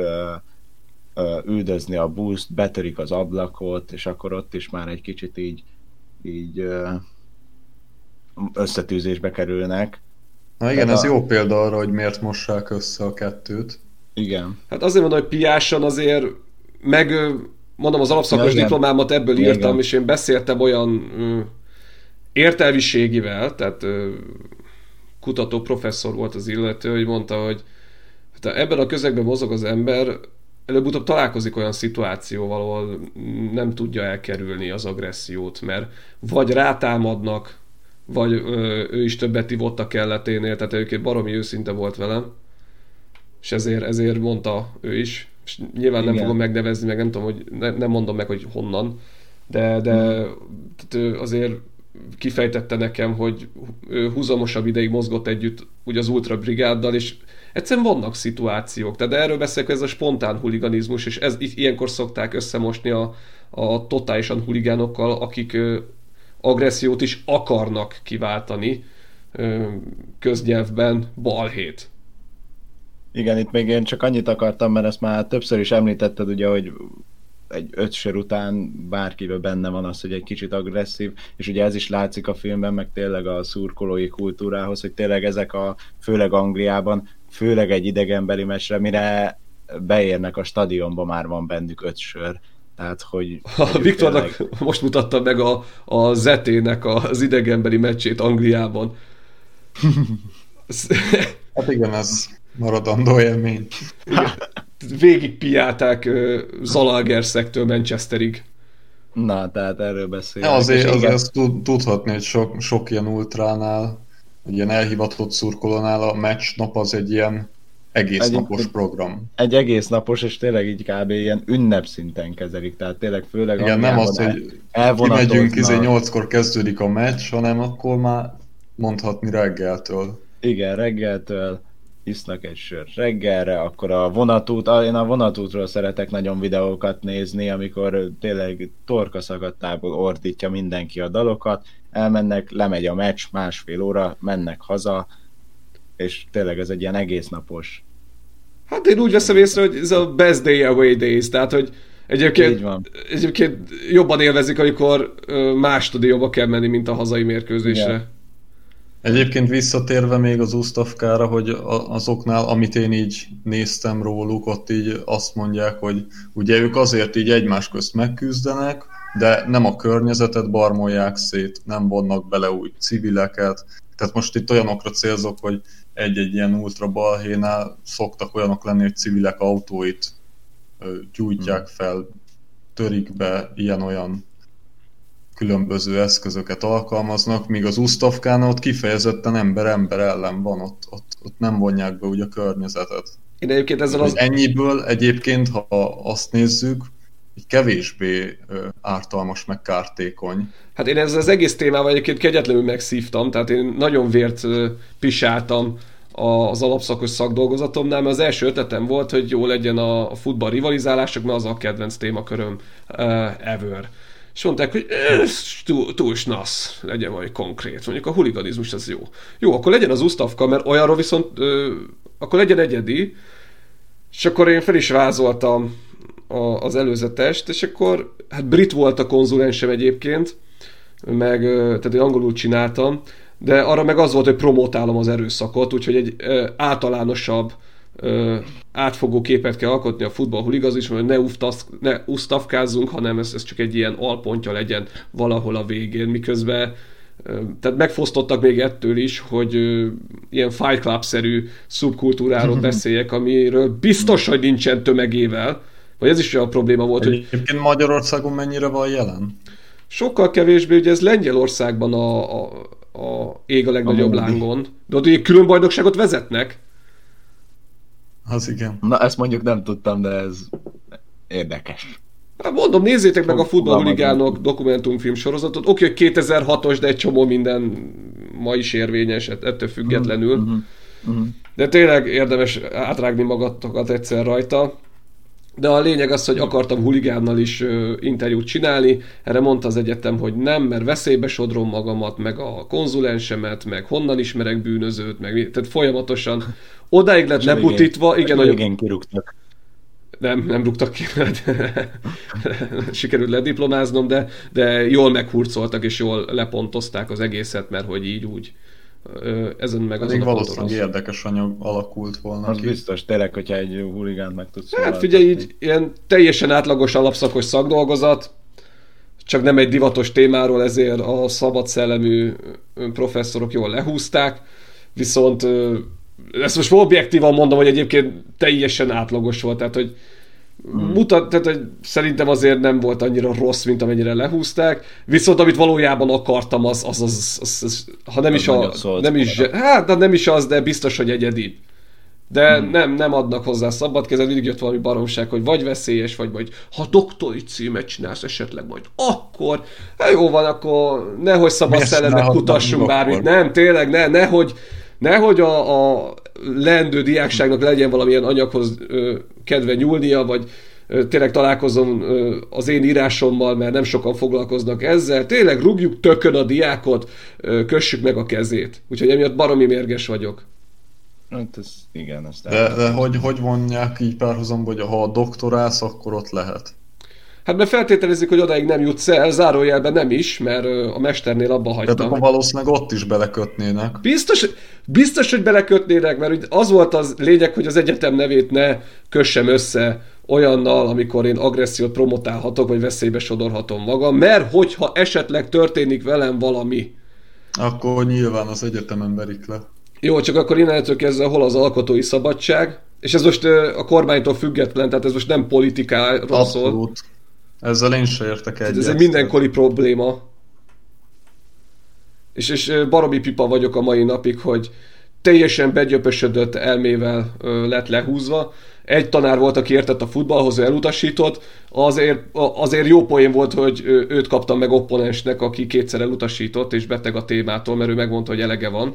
üldözni a buszt, betörik az ablakot, és akkor ott is már egy kicsit így összetűzésbe kerülnek. Na igen, ez jó példa arra, hogy miért mossák össze a kettőt. Igen. Hát azért mondom, hogy piásan azért, meg mondom, az alapszakos diplomámat ebből írtam, és én beszéltem olyan értelmiségivel, tehát kutató professzor volt az illető, hogy mondta, hogy ebben a közegben mozog az ember, előbb-utóbb találkozik olyan szituációval, ahol nem tudja elkerülni az agressziót, mert vagy rátámadnak, vagy ő is többet ivott a kelleténél, tehát egyébként baromi őszinte volt velem, és ezért mondta ő is, és nyilván nem fogom megnevezni, meg nem tudom, hogy nem mondom meg, hogy honnan, de azért kifejtette nekem, hogy ő húzamosabb ideig mozgott együtt úgy az Ultra Brigáddal, és egyszerűen vannak szituációk, de erről beszélek, ez a spontán huliganizmus, és ilyenkor szokták összemosni a totálisan huligánokkal, akik agressziót is akarnak kiváltani, köznyelvben balhét. Igen, itt még én csak annyit akartam, mert ezt már többször is említetted, ugye, hogy egy 5 sör után bárkiben benne van az, hogy egy kicsit agresszív, és ugye ez is látszik a filmben, meg tényleg a szurkolói kultúrához, hogy tényleg ezek főleg Angliában, főleg egy idegenbeli meccsre, mire beérnek a stadionba, már van bennük 5 sör. Tehát, hogy Viktornak tényleg... most mutatta meg a Zetének az idegenbeli meccsét Angliában. Hát igen, ez maradandó élmény. Végig piálták Zalaegerszektől Manchesterig. Na, tehát erről beszélünk. Azért ezt tudhatni, hogy sok ilyen ultránál, egy ilyen elhivatott szurkolónál a meccs nap az egy ilyen egész napos program. Egy egész napos, és tényleg így kb. Ilyen ünnepszinten kezelik, tehát tényleg főleg... Igen, nem az, hogy kimegyünk, 8-kor kezdődik a meccs, hanem akkor már mondhatni reggeltől. Igen, reggeltől isznak egy sört reggelre, akkor én a vonatútról szeretek nagyon videókat nézni, amikor tényleg torkaszakadtából ordítja mindenki a dalokat, elmennek, lemegy a meccs, 1,5 óra, mennek haza, és tényleg ez egy ilyen egész napos. Hát én úgy veszem észre, hogy ez a best day away days, tehát hogy egyébként jobban élvezik, amikor más stadionba kell menni, mint a hazai mérkőzésre. Igen. Egyébként visszatérve még az Usztavkára, hogy azoknál, amit én így néztem róluk, ott így azt mondják, hogy ugye ők azért így egymás közt megküzdenek, de nem a környezetet barmolják szét, nem vonnak bele új civileket. Tehát most itt olyanokra célzok, hogy egy-egy ilyen ultra balhénál szoktak olyanok lenni, hogy civilek autóit gyújtják fel, törik be, ilyen-olyan különböző eszközöket alkalmaznak, míg az Usztavkánál ott kifejezetten ember ellen van, ott nem vonják be úgy a környezetet. Én egyébként ezzel ennyiből egyébként, ha azt nézzük, egy kevésbé ártalmas, meg kártékony. Hát én ezzel az egész témával egyébként kegyetlenül megszívtam, tehát én nagyon vért pisáltam az alapszakos szakdolgozatomnál, mert az első ötletem volt, hogy jó legyen a futball rivalizálások, mert az a kedvenc témaköröm ever. És mondták, hogy túl snasz, legyen valami konkrét. Mondjuk a huliganizmus az jó. Jó, akkor legyen az Usztavka, mert olyanról viszont akkor legyen egyedi, és akkor én fel is vázoltam az előzetest, és akkor hát brit volt a konzulensem egyébként, meg tehát én angolul csináltam, de arra meg az volt, hogy promotálom az erőszakot, úgyhogy egy általánosabb átfogó képet kell alkotni a futballhuligazmusról, hogy ne usztafkázzunk, hanem ez csak egy ilyen alpontja legyen valahol a végén, miközben tehát megfosztottak még ettől is, hogy ilyen Fight Club-szerű szubkultúráról beszéljek, amiről biztos, hogy nincsen tömegével, vagy ez is olyan probléma volt, hogy... Egyébként Magyarországon mennyire van jelen? Sokkal kevésbé, ugye ez Lengyelországban a ég a legnagyobb lángon, de ott ugye külön bajnokságot vezetnek. Az igen. Na, ezt mondjuk nem tudtam, de ez érdekes. Hát mondom, nézzétek meg a futballhuligánok dokumentumfilm sorozatot. Oké, hogy 2006-os, de egy csomó minden ma is érvényes, ettől függetlenül. De tényleg érdemes átrágni magatokat egyszer rajta. De a lényeg az, hogy akartam huligánnal is interjút csinálni, erre mondta az egyetem, hogy nem, mert veszélybe sodrom magamat, meg a konzulensemet, meg honnan ismerek bűnözőt, meg tehát folyamatosan odáig lett lebutítva, igen, hogy... Igen, kirúgtak. Nem rúgtak ki, sikerült lediplomáznom, de jól meghurcoltak, és jól lepontozták az egészet, mert hogy így úgy ezen meg azon a valószínűleg érdekes anyag alakult volna. Az biztos, tényleg, hogyha egy huligánt meg tudsz. Hát figyelj, így ilyen teljesen átlagos alapszakos szakdolgozat, csak nem egy divatos témáról, ezért a szabad szellemű professzorok jól lehúzták, viszont ezt most objektívan mondom, hogy egyébként teljesen átlagos volt, tehát hogy tehát, hogy szerintem azért nem volt annyira rossz, mint amennyire lehúzták, viszont amit valójában akartam, az ha nem is nem is az, de biztos, hogy egyedi. De nem adnak hozzá szabad kezet, mindig jött valami baromság, hogy vagy veszélyes, vagy ha doktori címet csinálsz esetleg majd akkor, hát jó van, akkor nehogy szabad szellemek kutassunk bármit, nem, tényleg, nehogy a leendő diákságnak legyen valamilyen anyaghoz kedve nyúlnia, vagy tényleg találkozom az én írásommal, mert nem sokan foglalkoznak ezzel. Tényleg rúgjuk tökön a diákot, kössük meg a kezét. Úgyhogy emiatt baromi mérges vagyok. Hát ez, igen, ezt de hogy vonják így párhuzamba, hogy ha doktorálsz, akkor ott lehet? Hát mert feltételezik, hogy odáig nem jutsz el, zárójelben nem is, mert a mesternél abba hagytam. Tehát akkor valószínűleg ott is belekötnének. Biztos, hogy belekötnének, mert az volt az lényeg, hogy az egyetem nevét ne kössem össze olyannal, amikor én agressziót promotálhatok, vagy veszélybe sodorhatom magam, mert hogyha esetleg történik velem valami. Akkor nyilván az egyetemen verik le. Jó, csak akkor innentől kezdve hol az alkotói szabadság, és ez most a kormánytól független, tehát ez most nem politikáról szól. Abszolút. Ezzel én se értek egyet. Ez egy mindenkori probléma. És baromi pipa vagyok a mai napig, hogy teljesen begyöpösödött elmével lett lehúzva. Egy tanár volt, aki értett a futballhoz, ő elutasított. Azért jó poén volt, hogy őt kaptam meg opponensnek, aki kétszer elutasított, és beteg a témától, mert ő megmondta, hogy elege van.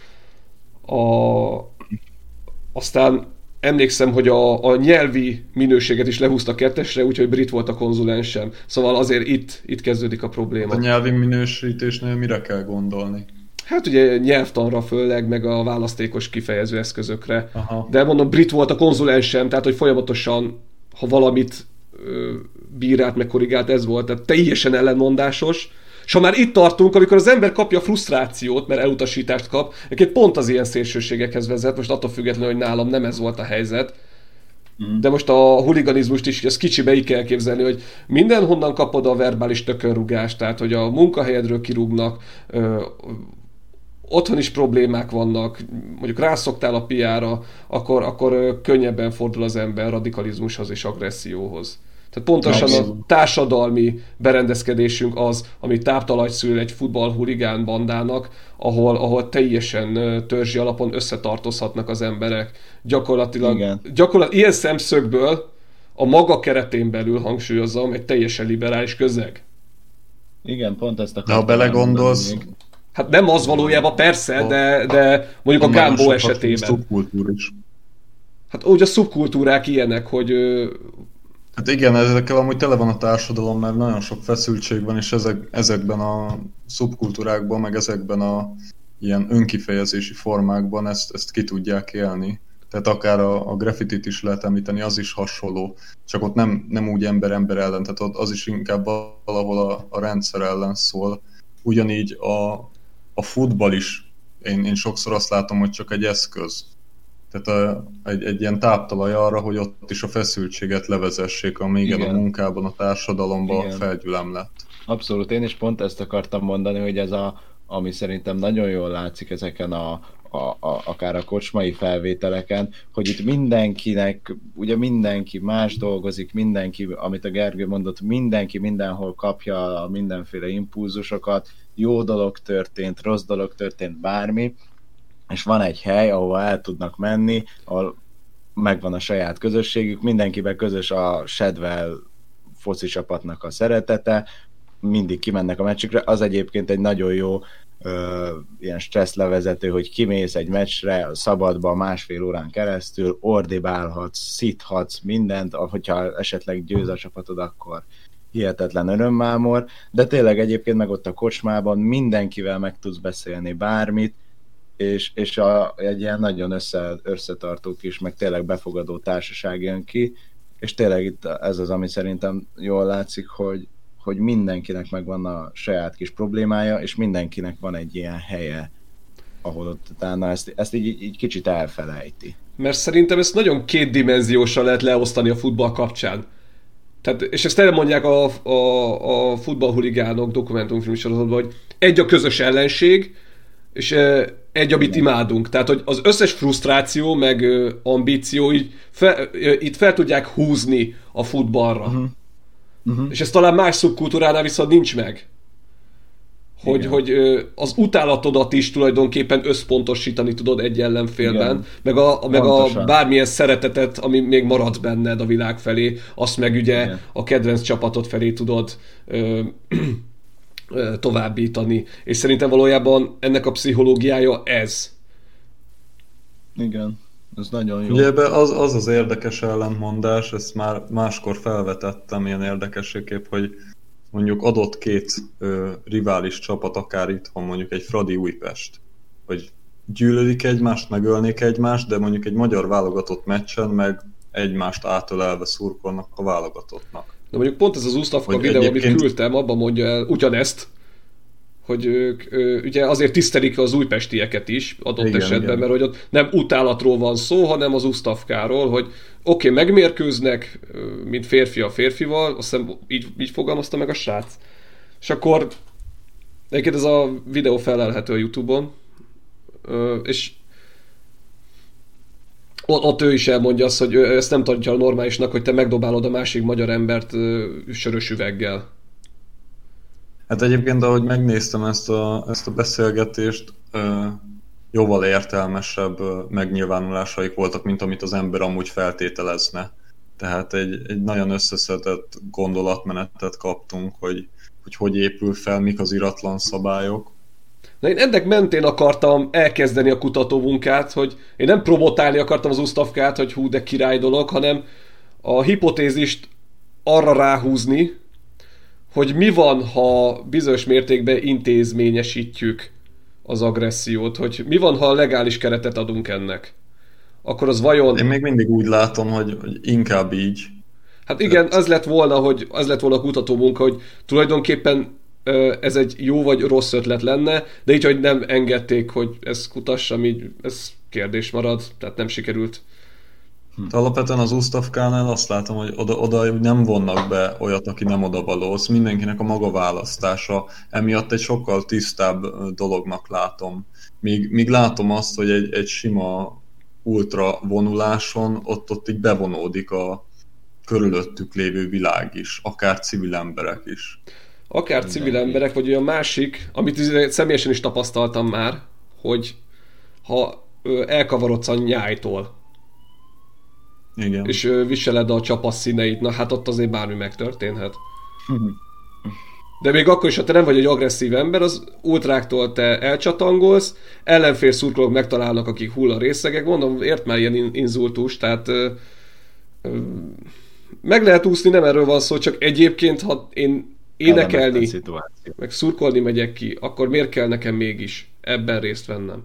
Aztán emlékszem, hogy a nyelvi minőséget is lehúzta 2-esre, úgyhogy brit volt a konzulensem. Szóval azért itt kezdődik a probléma. A nyelvi minősítésnél mire kell gondolni? Hát ugye nyelvtanra főleg, meg a választékos kifejező eszközökre. Aha. De mondom, brit volt a konzulensem, tehát hogy folyamatosan, ha valamit bírált, meg korrigált, ez volt, tehát teljesen ellenmondásos. És ha már itt tartunk, amikor az ember kapja frusztrációt, mert elutasítást kap, egyébként pont az ilyen szélsőségekhez vezet, most attól függetlenül, hogy nálam nem ez volt a helyzet, de most a huliganizmust is ezt kicsibe így kell képzelni, hogy mindenhonnan kapod a verbális tökönrugást, tehát hogy a munkahelyedről kirúgnak, otthon is problémák vannak, mondjuk rászoktál a piára, akkor könnyebben fordul az ember radikalizmushoz és agresszióhoz. Tehát pontosan a társadalmi berendezkedésünk az, ami táptalajt szül egy futballhuligán bandának, ahol teljesen törzsi alapon összetartozhatnak az emberek. Gyakorlatilag ilyen szemszögből a maga keretén belül, hangsúlyozom, egy teljesen liberális közeg. Igen, pont ezt akartam. De ha belegondolsz... Hát nem az valójában, persze, de mondjuk a Gámbó esetében. Szubkultúra is. Hát úgy a szubkultúrák ilyenek, hogy... Hát igen, ezekkel amúgy tele van a társadalom, mert nagyon sok feszültség van, és ezekben a szubkultúrákban, meg ezekben a ilyen önkifejezési formákban ezt ki tudják élni. Tehát akár a graffitit is lehet említeni, az is hasonló, csak ott nem úgy ember ellen, tehát ott az is inkább valahol a rendszer ellen szól. Ugyanígy a futball is, én sokszor azt látom, hogy csak egy eszköz. Tehát egy ilyen táptalaj arra, hogy ott is a feszültséget levezessék, amíg a munkában, a társadalomban felgyülem lett. Abszolút, én is pont ezt akartam mondani, hogy ez ami szerintem nagyon jól látszik ezeken akár a kocsmai felvételeken, hogy itt mindenkinek, ugye mindenki más dolgozik, mindenki, amit a Gergő mondott, mindenki mindenhol kapja a mindenféle impulzusokat, jó dolog történt, rossz dolog történt, bármi, és van egy hely, ahova el tudnak menni, ahol megvan a saját közösségük, mindenkiben közös a Shadwell foci csapatnak a szeretete, mindig kimennek a meccsükre, az egyébként egy nagyon jó ilyen stresszlevezető, hogy kimész egy meccsre szabadba 1,5 órán keresztül, ordibálhatsz, szithatsz mindent, hogyha esetleg győz a csapatod, akkor hihetetlen örömmámor, de tényleg egyébként meg ott a kocsmában mindenkivel meg tudsz beszélni bármit, és egy ilyen nagyon összetartó kis, meg tényleg befogadó társaság jön ki, és tényleg itt ez az, ami szerintem jól látszik, hogy mindenkinek megvan a saját kis problémája, és mindenkinek van egy ilyen helye, ahol ott utána ezt így kicsit elfelejti. Mert szerintem ezt nagyon kétdimenziósan lehet leosztani a futball kapcsán. Tehát, és ezt elmondják a futballhuligánok dokumentumfilm sorozatban, hogy egy a közös ellenség, és egy, amit imádunk. Tehát, hogy az összes frusztráció, meg ambíció itt fel tudják húzni a futballra. Uh-huh. És ez talán más szubkultúránál viszont nincs meg. Hogy az utálatodat is tulajdonképpen összpontosítani tudod egy ellenfélben, meg a bármilyen szeretetet, ami még marad benned a világ felé, azt meg ugye a kedvenc csapatod felé tudod továbbítani. És szerintem valójában ennek a pszichológiája ez. Igen. Ez nagyon jó. Ugye ebben az érdekes ellentmondás, ezt már máskor felvetettem ilyen érdekességképp, hogy mondjuk adott két rivális csapat, akár itthon mondjuk egy Fradi Újpest, hogy gyűlölik egymást, megölnék egymást, de mondjuk egy magyar válogatott meccsen meg egymást átölelve szurkolnak a válogatottnak. De mondjuk pont ez az Usztafka videó, egyébként... amit küldtem, abban mondja el ugyanezt, hogy ők ugye azért tisztelik az újpestieket is adott esetben, mert hogy ott nem utálatról van szó, hanem az Usztafkáról, hogy oké, megmérkőznek, mint férfi a férfival, azt hiszem így fogalmazta meg a srác. És akkor egyébként ez a videó felelhető a YouTube-on, és ott ő is elmondja azt, hogy ezt nem tartja normálisnak, hogy te megdobálod a másik magyar embert sörös üveggel. Hát egyébként, ahogy megnéztem ezt a beszélgetést, jóval értelmesebb megnyilvánulásaik voltak, mint amit az ember amúgy feltételezne. Tehát egy nagyon összeszedett gondolatmenetet kaptunk, hogy épül fel, mik az iratlan szabályok. Na én ennek mentén akartam elkezdeni a kutatómunkát, hogy én nem promotálni akartam az Usztafkát, hogy hú, de király dolog, hanem a hipotézist arra ráhúzni, hogy mi van, ha bizonyos mértékben intézményesítjük az agressziót, hogy mi van, ha legális keretet adunk ennek. Akkor az vajon... Én még mindig úgy látom, hogy inkább így. Hát igen, az lett volna a kutatómunka, hogy tulajdonképpen ez egy jó vagy rossz ötlet lenne, de így, hogy nem engedték, hogy ezt kutassam, így ez kérdés marad, tehát nem sikerült. Alapvetően az Usztafkánál azt látom, hogy oda nem vonnak be olyat, aki nem odavaló. Mindenkinek a maga választása. Emiatt egy sokkal tisztább dolognak látom. Míg látom azt, hogy egy sima ultra vonuláson ott így bevonódik a körülöttük lévő világ is, akár civil emberek is. Akár civil emberek, vagy olyan másik, amit személyesen is tapasztaltam már, hogy ha elkavarodsz a nyájtól, igen. És viseled a csapasz színeit, na hát ott azért bármi megtörténhet. De még akkor is, ha te nem vagy egy agresszív ember, az ultráktól te elcsatangolsz, ellenfél szurkolók megtalálnak, akik hulla részegek, mondom, ért már ilyen inzultus, tehát meg lehet úszni, nem erről van szó, csak egyébként, ha én énekelni, meg szurkolni megyek ki, akkor miért kell nekem mégis ebben részt vennem?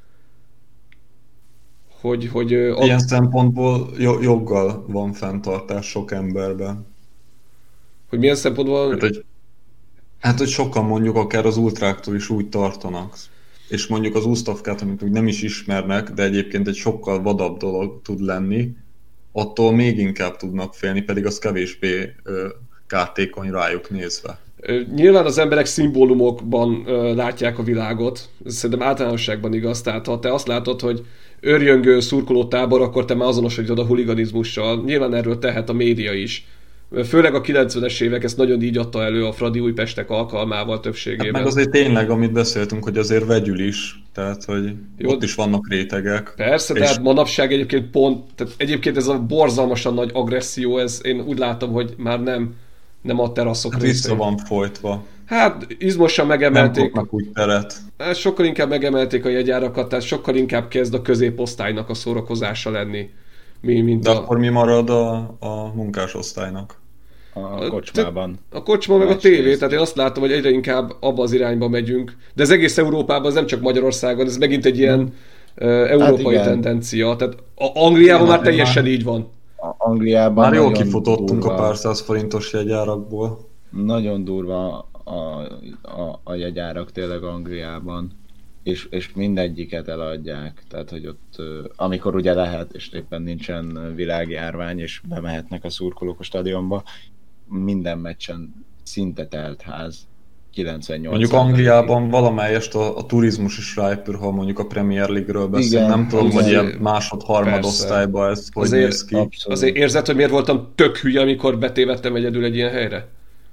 Ilyen szempontból joggal van fenntartás sok emberben. Hogy milyen szempontból? Hát, hogy sokan mondjuk akár az ultráktól is úgy tartanak. és mondjuk az úsztavkát, amit úgy nem is ismernek, de egyébként egy sokkal vadabb dolog tud lenni, attól még inkább tudnak félni, pedig az kevésbé kártékony rájuk nézve. Nyilván az emberek szimbólumokban látják a világot, ez szerintem általánosságban igaz, tehát ha te azt látod, hogy örjöngő szurkolótábor, akkor te már azonosítod a huliganizmussal. Nyilván erről tehet a média is. Főleg a 90-es évek ezt nagyon így adta elő a Fradi Újpestek alkalmával többségében. Hát meg azért tényleg, amit beszéltünk, hogy azért vegyül is, tehát hogy jó, ott is vannak rétegek. Persze, de hát manapság egyébként tehát egyébként ez a borzalmasan nagy agresszió, ez én úgy látom, hogy már nem a teraszok hát vissza van folytva. Hát izmosan megemelték. Nem kapnak úgy teret. Hát sokkal inkább megemelték a jegyárakat, tehát sokkal inkább kezd a középosztálynak a szórakozása lenni. De akkor mi marad a munkásosztálynak? A kocsmában. A kocsma meg a tévé, tehát én azt látom, hogy egyre inkább abba az irányba megyünk. De ez egész Európában, ez nem csak Magyarországon, ez megint egy ilyen európai tendencia. Tehát Angliában már teljesen így van. Angliában már jól kifutottunk a pár száz forintos jegyárakból. Nagyon durva a jegyárak tényleg Angliában, és mindegyiket eladják, tehát hogy ott amikor ugye lehet, és éppen nincsen világjárvány, és bemehetnek a szurkolók a stadionba, minden meccsen szinte telt ház. 98. Mondjuk Angliában valamelyest a turizmus is ráépül, ha mondjuk a Premier League-ről beszél. Nem tudom, hogy ilyen másod-harmad osztályban ez hogy néz ki. Azért érzed, hogy miért voltam tök hülye, amikor betévettem egyedül egy ilyen helyre?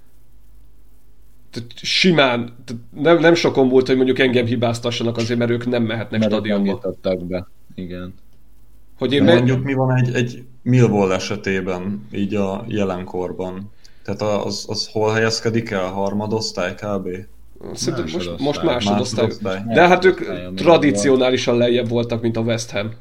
Simán, nem sokon volt, hogy mondjuk engem hibáztassanak azért, mert ők nem mehetnek stadionba. Be. Igen. Hogy én mondjuk mi van egy Millwall esetében, így a jelenkorban? Tehát az hol helyezkedik el? Harmadosztály kb? Szerintem most másodosztály. De hát ők tradicionálisan lejjebb voltak, mint a West Ham.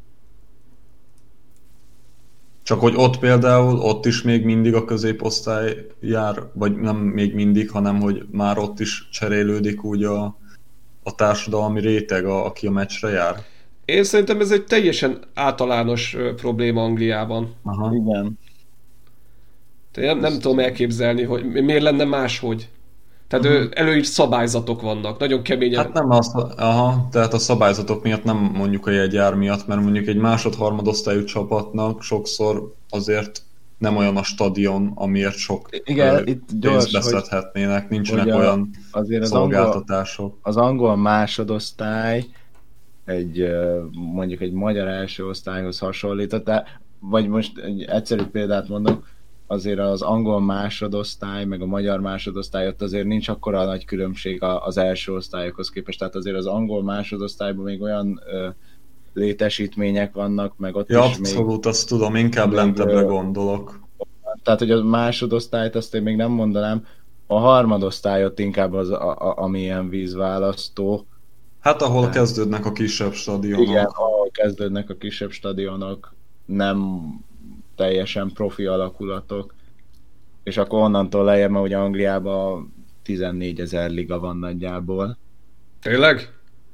Csak hogy ott például, ott is még mindig a középosztály jár, vagy nem még mindig, hanem hogy már ott is cserélődik úgy a társadalmi réteg, aki a meccsre jár. Én szerintem ez egy teljesen általános probléma Angliában. Aha. Igen. Nem tudom elképzelni, hogy miért lenne máshogy. Tehát előírt szabályzatok vannak, nagyon keményen. Hát nem tehát a szabályzatok miatt nem mondjuk a jegyár miatt, mert mondjuk egy másod-harmadosztályú csapatnak sokszor azért nem olyan a stadion, amiért sok pénzt beszedhetnének, nincsenek olyan azért szolgáltatások. Az angol másodosztály mondjuk egy magyar első osztályhoz hasonlított, vagy most egy egyszerű példát mondok, azért az angol másodosztály, meg a magyar másodosztály, ott azért nincs akkora nagy különbség az első osztályokhoz képest, tehát azért az angol másodosztályban még olyan létesítmények vannak, meg ott is abszolút, azt tudom, inkább lentebbre gondolok. Tehát, hogy a másodosztályt azt én még nem mondanám, a harmadosztályot inkább az, ami ilyen vízválasztó. Hát ahol kezdődnek a kisebb stadionok. Igen, ahol kezdődnek a kisebb stadionok, nem teljesen profi alakulatok, és akkor onnantól lejjebb, mert ugye Angliában 14 000 liga van nagyjából. Tényleg?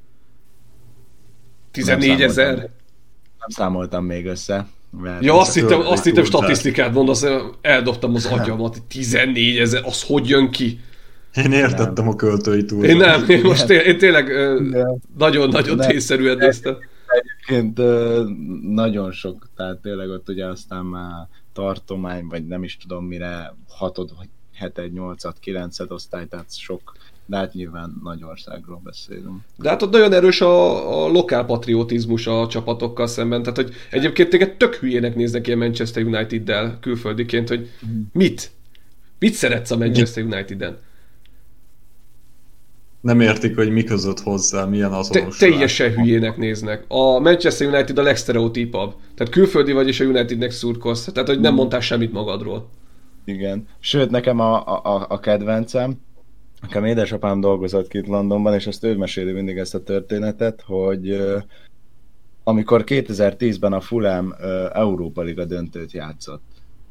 14 000? Nem számoltam még össze. Ja, azt hittem statisztikát mondasz, eldobtam az agyamat, 14 000, az hogy jön ki? Én értettem a költői túlzat. Én nem, én tényleg nagyon-nagyon tényszerűen néztem. Egyébként nagyon sok, tehát tényleg ott ugye aztán már tartomány, vagy nem is tudom mire, 6., 7., 8., 9. osztály, tehát sok, de hát nyilván nagy országról beszélünk. De hát ott nagyon erős a lokálpatriotizmus a csapatokkal szemben, tehát hogy egyébként téged tök hülyének néznek ilyen Manchester United-del külföldiként, hogy mit szeretsz a Manchester United-en? Nem értik, hogy mi között hozzá, milyen azonosság. Teljesen hülyének néznek. A Manchester United a legsztereotípabb. Tehát külföldi vagy, és a Unitednek szurkolsz. Tehát, hogy nem mondtál semmit magadról. Igen. Sőt, nekem a kedvencem, nekem édesapám dolgozott ki itt Londonban, és azt ő meséli mindig ezt a történetet, hogy amikor 2010-ben a Fulham Európa Liga döntőt játszott,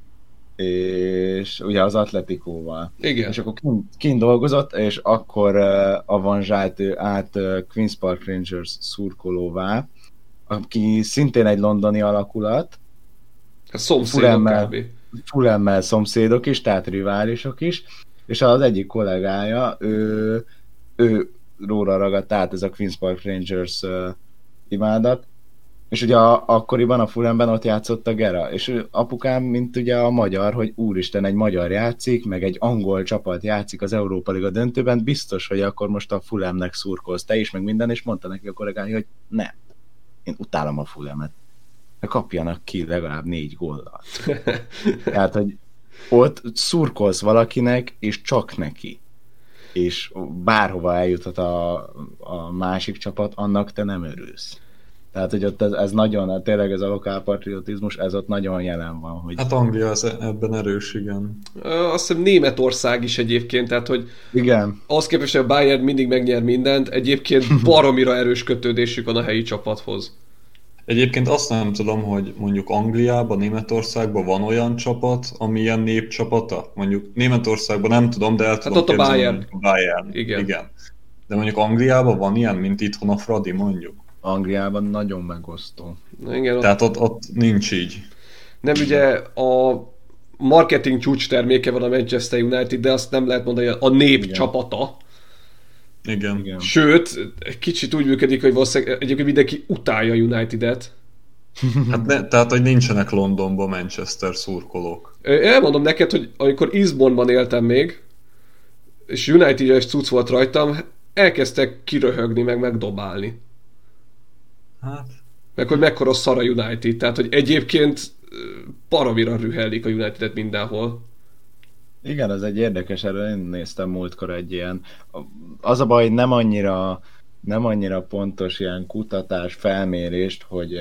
és ugye az Atletikóval. Igen. És akkor kint dolgozott, és akkor avanzsált ő át Queen's Park Rangers szurkolóvá, aki szintén egy londoni alakulat. A szomszédok kb. Fulhammel szomszédok is, tehát riválisok is, és az egyik kollégája, ő róla ragadt át ez a Queen's Park Rangers imádat. És ugye akkoriban a Fulhamben ott játszott a Gera, és apukám, mint ugye a magyar, hogy úristen, egy magyar játszik, meg egy angol csapat játszik az Európa Liga döntőben, biztos, hogy akkor most a Fulhamnek szurkolsz te is, meg minden, és mondta neki a kollégái, hogy nem, én utálom a Fulhamet. Kapjanak ki legalább 4 góllal. Tehát, hogy ott szurkolsz valakinek, és csak neki. És bárhova eljuthat a másik csapat, annak te nem örülsz. Tehát, hogy ott ez nagyon, tényleg ez a lokálpatriotizmus, ez ott nagyon jelen van. Hogy... Hát Anglia ebben erős, igen. Azt hiszem Németország is egyébként, tehát, hogy igen. Az képest, hogy a Bayern mindig megnyer mindent, egyébként baromira erős kötődésük van a helyi csapathoz. Egyébként azt nem tudom, hogy mondjuk Angliában, Németországban van olyan csapat, ami ilyen népcsapata. Mondjuk Németországban nem tudom, de el tudom ott képzelni, a Bayern. Igen. De mondjuk Angliában van ilyen, mint itthon a Fradi, mondjuk. Angliában nagyon megosztó. Igen, tehát ott nincs így. Nem, ugye a marketing csúcs terméke van a Manchester United, de azt nem lehet mondani, hogy a nép igen. csapata. Igen. Sőt, kicsit úgy működik, hogy valószínűleg egyébként mindenki utálja United-et. Hát tehát, hogy nincsenek Londonban Manchester szurkolók. Elmondom neked, hogy amikor Eastbourne-ban éltem még, és United-es cucc volt rajtam, elkezdtek kiröhögni, meg megdobálni. Hát... Meg hogy mekkora szar a United, tehát hogy egyébként paravira rühellik a United-et mindenhol. Igen, ez egy érdekes, erről én néztem múltkor egy ilyen, az a baj, nem annyira pontos ilyen kutatás, felmérést, hogy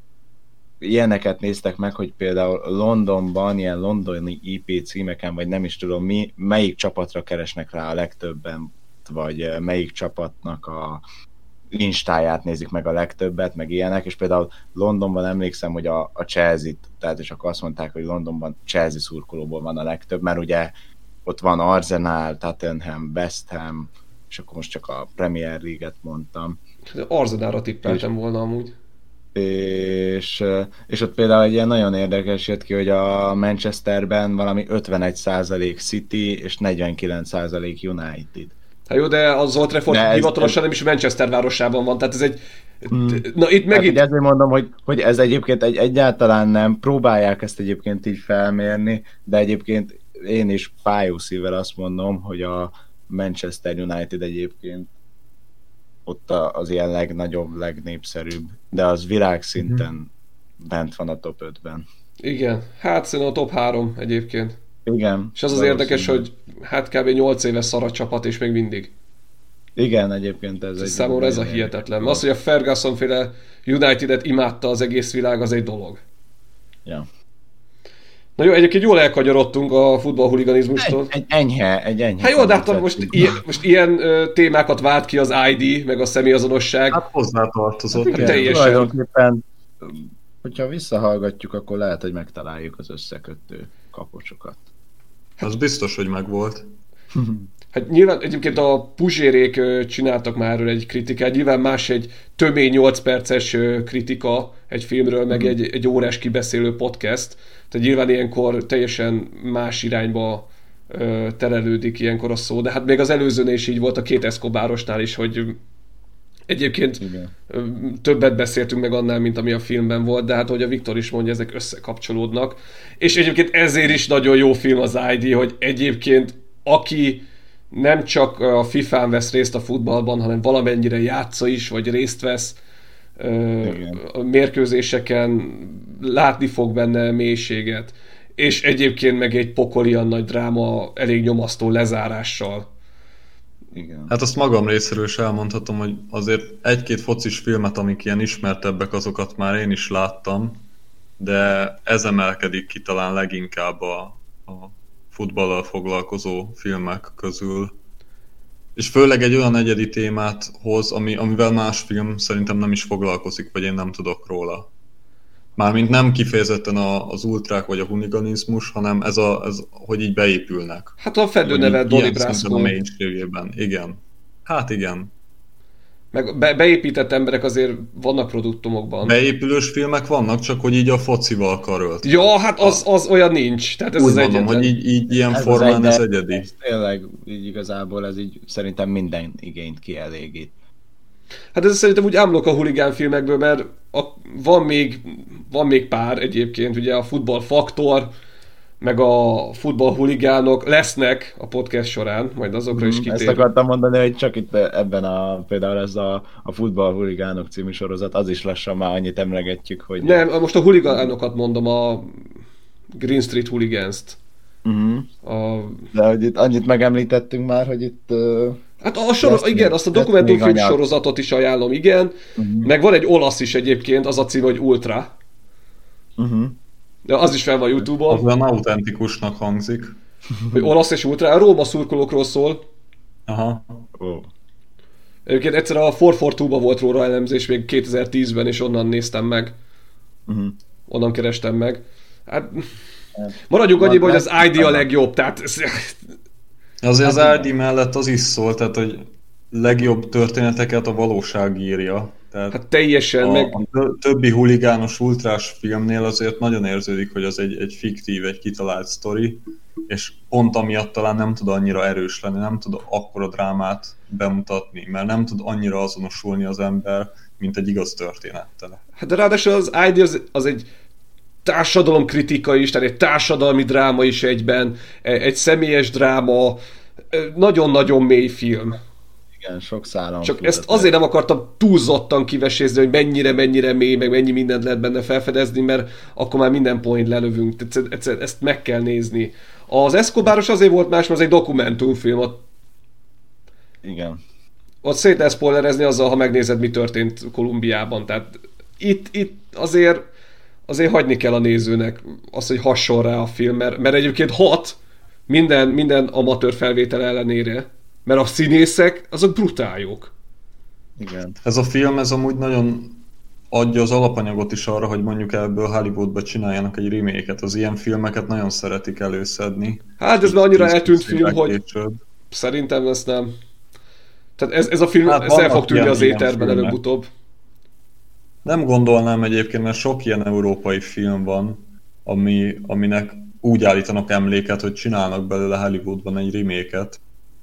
ilyeneket néztek meg, hogy például Londonban, ilyen londoni IP címeken, vagy nem is tudom mi, melyik csapatra keresnek rá a legtöbben, vagy melyik csapatnak a instáját nézik meg a legtöbbet, meg ilyenek, és például Londonban emlékszem, hogy a Chelsea-t, tehát és akkor azt mondták, hogy Londonban Chelsea szurkolóból van a legtöbb, mert ugye ott van Arsenal, Tottenham, West Ham, és akkor most csak a Premier League-et mondtam. Arsenalra tippeltem volna amúgy. És ott például egy ilyen nagyon érdekes jött ki, hogy a Manchesterben valami 51% City és 49% United. Hát jó, de az Old Trafford hivatalosan nem is Manchester városában van, tehát ez egy... Na itt megint... Hát, ezért mondom, hogy ez egyébként egyáltalán nem, próbálják ezt egyébként így felmérni, de egyébként én is fájó szívvel azt mondom, hogy a Manchester United egyébként ott az ilyen legnagyobb, legnépszerűbb, de az világszinten bent van a top 5-ben. Igen, hát szerintem a top 3 egyébként. Igen. És az érdekes, hogy hát kb. 8 éves szar a csapat, és még mindig. Igen, egyébként ez egy... Számomra ez a hihetetlen. Az, hogy a Ferguson-féle United-et imádta az egész világ, az egy dolog. Ja. Na jó, egyébként jól elkanyarodtunk a futballhuliganizmustól. Egy enyhe. Hát jó, de hát most ilyen témákat vált ki az ID, meg a személyazonosság. Hát hozzátartozott. Hát igen, tulajdonképpen, hogyha visszahallgatjuk, akkor lehet, hogy megtaláljuk az összekötő kapocsokat. Az biztos, hogy megvolt. Hát nyilván egyébként a Puzsérék csináltak már erről egy kritikát, nyilván más egy tömény 8 perces kritika egy filmről, meg egy órás kibeszélő podcast, tehát nyilván ilyenkor teljesen más irányba terelődik ilyenkor a szó, de hát még az előzőnél is így volt a két Escobárosnál is, hogy egyébként igen. Többet beszéltünk meg annál, mint ami a filmben volt, de hát, hogy a Viktor is mondja, ezek összekapcsolódnak. És egyébként ezért is nagyon jó film az ID, hogy egyébként aki nem csak a FIFA-n vesz részt a futballban, hanem valamennyire játsza is, vagy részt vesz a mérkőzéseken, látni fog benne mélységet. És egyébként meg egy pokolian nagy dráma, elég nyomasztó lezárással. Igen. Hát azt magam részéről is elmondhatom, hogy azért egy-két focis filmet, amik ilyen ismertebbek, azokat már én is láttam, de ez emelkedik ki talán leginkább a futballal foglalkozó filmek közül. És főleg egy olyan egyedi témát hoz, amivel más film szerintem nem is foglalkozik, vagy én nem tudok róla. Mármint nem kifejezetten az ultrák vagy a huliganizmus, hanem ez hogy így beépülnek. Hát a fedőneve Donnie Brasco. A mélységében. Igen. Hát igen. Meg beépített emberek azért vannak produktumokban. Beépülős filmek vannak, csak hogy így a focival karölt. Ja, hát az olyan nincs. Tehát ez úgy az mondom, egyetlen. hogy így ilyen formán ez egyedi. Ez tényleg, így igazából ez így szerintem minden igényt kielégít. Hát ez szerintem úgy ámlok a huligán filmekből, mert van még pár egyébként, ugye a futballfaktor, meg a futballhuligánok lesznek a podcast során, majd azokra is Ezt kitérünk. akartam mondani, hogy csak itt ebben például ez a futballhuligánok című sorozat, az is lassan már annyit emlegetjük, hogy... Nem, most a huligánokat mondom, a Green Street Hooligans-t. De hogy itt annyit megemlítettünk már, hogy itt... Hát igen, azt a dokumentumfilm sorozatot is ajánlom, igen. Meg van egy olasz is egyébként, az a cím, hogy Ultra. De az is fel van YouTube-on. Az olyan autentikusnak hangzik. Hogy olasz és Ultra, a Róma szurkolókról szól. Aha. Egyébként egyszer a 442-ba volt róla elemzés még 2010-ben, és onnan néztem meg. Onnan kerestem meg. Hát maradjunk annyiban, hogy az ID a legjobb, tehát... Azért az ID mellett az is szól, tehát hogy legjobb történeteket a valóság írja. Tehát hát teljesen, a többi huligános ultrás filmnél azért nagyon érződik, hogy az egy fiktív, egy kitalált sztori, és pont amiatt talán nem tud annyira erős lenni, nem tud akkora drámát bemutatni, mert nem tud annyira azonosulni az ember, mint egy igaz történettel. Hát de ráadásul az ID az egy társadalomkritika is, tehát egy társadalmi dráma is egyben, egy személyes dráma, nagyon-nagyon mély film. Igen, sok szállam. Csak ezt azért nem akartam túlzottan kivesézni, hogy mennyire mély, meg mennyi mindent lehet benne felfedezni, mert akkor már minden point lelövünk. Ezt meg kell nézni. Az Escobaros azért volt más, mert ez egy dokumentumfilm. Igen. Ott szét lehet spoilerezni azzal, ha megnézed, mi történt Kolumbiában. Tehát itt azért hagyni kell a nézőnek azt, hogy hasson rá a film, mert egyébként minden amatőr felvétel ellenére, mert a színészek azok brutál jók. Igen. Ez a film, ez amúgy nagyon adja az alapanyagot is arra, hogy mondjuk ebből Hollywoodba csináljanak egy remake-et. Az ilyen filmeket nagyon szeretik előszedni. Hát ez már annyira eltűnt film, hogy szerintem ezt nem. Tehát ez a film, ez el fog tűnni az éterben előbb-utóbb. Nem gondolnám egyébként, mert sok ilyen európai film van, aminek úgy állítanak emléket, hogy csinálnak belőle Hollywoodban egy remake-et.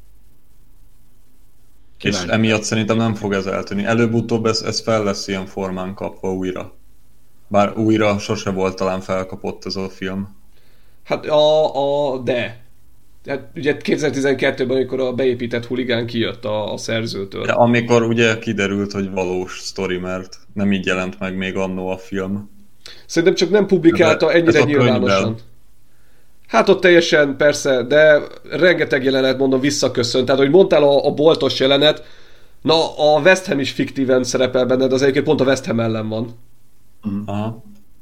És emiatt szerintem nem fog ez eltűnni. Előbb-utóbb ez fel lesz ilyen formán kapva újra. Bár újra sose volt talán felkapott ez a film. Hát de. Hát ugye 2012-ben, amikor a beépített huligán kijött a szerzőtől. De amikor ugye kiderült, hogy valós sztori, mert nem így jelent meg még annó a film. Szerintem csak nem publikálta ennyire nyilvánosan. Hát ott teljesen persze, de rengeteg jelenet, mondom, visszaköszönt. Tehát, hogy mondtál a boltos jelenet, na a West Ham is fiktíven szerepel benne, de az egyébként pont a West Ham ellen van. Aha.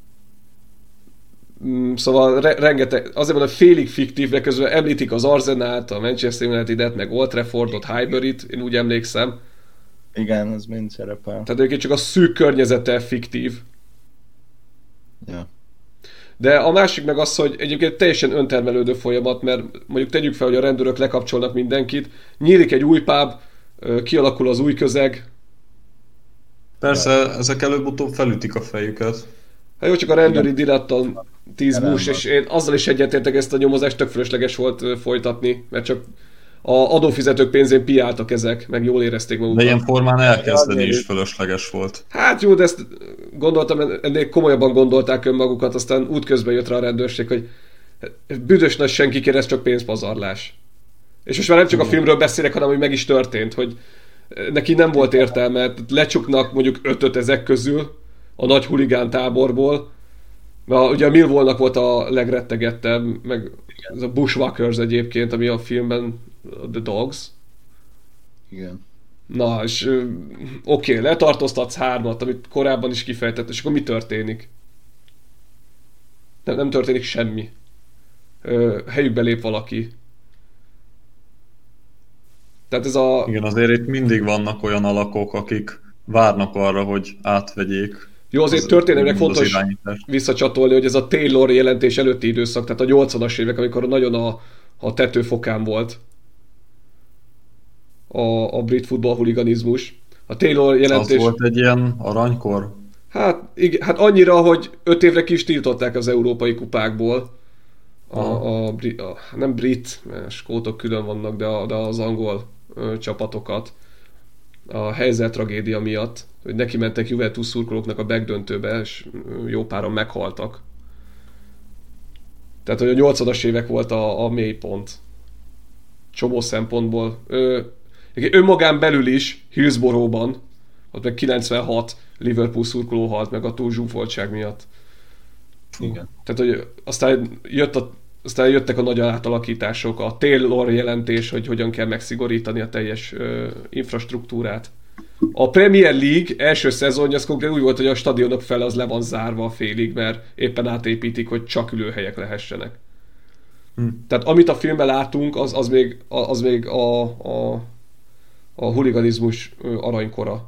Szóval rengeteg, azért mondom, félig fiktív, de közben említik az Arsenalt, a Manchester United-et, meg Old Traffordot, Highbury-t, én úgy emlékszem. Igen, az mind szerepel. Tehát egyébként csak a szűk környezete fiktív. Ja. De a másik meg az, hogy egyébként teljesen öntermelődő folyamat, mert mondjuk tegyük fel, hogy a rendőrök lekapcsolnak mindenkit, nyílik egy új pub, kialakul az új közeg. Persze, ezek előbb-utóbb felütik a fejüket. Hát jó, csak a rendőri dilettantizmus, és én azzal is egyetértek, ezt a nyomozást tök fölösleges volt folytatni, mert csak a adófizetők pénzén piáltak ezek, meg jól érezték magukat. De ilyen formán elkezdeni is fölösleges volt. Hát jó, de ezt gondoltam, ennél komolyabban gondolták önmagukat, aztán útközben jött rá a rendőrség, hogy büdös nagy senkikért, ez csak pénzpazarlás. És most már nem csak a filmről beszélek, hanem hogy meg is történt, hogy neki nem volt értelme, lecsuknak mondjuk 5-öt ezek közül a nagy huligán táborból, mert ugye a Millwallnak volt a legrettegettebb, meg ez a Bushwhackers egyébként, ami a filmben The Dogs. Igen. Na, és oké, letartóztatsz 3, amit korábban is kifejtett, és akkor mi történik? Nem történik semmi. Helyükbe lép valaki. Tehát ez a... Igen, azért itt mindig vannak olyan alakok, akik várnak arra, hogy átvegyék. Jó, azért történelmileg fontos visszacsatolni, hogy ez a Taylor jelentés előtti időszak, tehát a 80-as évek, amikor nagyon a tetőfokán volt a brit futballhuliganizmus. A Taylor jelentés... Az volt egy ilyen aranykor? Hát, igen, hát annyira, hogy 5 évre ki is tiltották az európai kupákból. Nem brit, mert skótok külön vannak, de az angol csapatokat. A helyzet tragédia miatt, hogy neki mentek Juventus szurkolóknak a backdöntőbe, és jó páran meghaltak. Tehát, hogy a 80-as évek volt a mélypont. Csomó szempontból. Önmagán belül is, Hillsborough-ban, ott meg 96 Liverpool szurkoló halt meg a túl zsúfoltság miatt. Igen. Tehát, hogy aztán jöttek a nagy átalakítások, a Taylor jelentés, hogy hogyan kell megszigorítani a teljes infrastruktúrát. A Premier League első szezonja az konkrétan úgy volt, hogy a stadionok fele az le van zárva félig, mert éppen átépítik, hogy csak ülőhelyek lehessenek. Tehát amit a filmben látunk, az még a huliganizmus aranykora.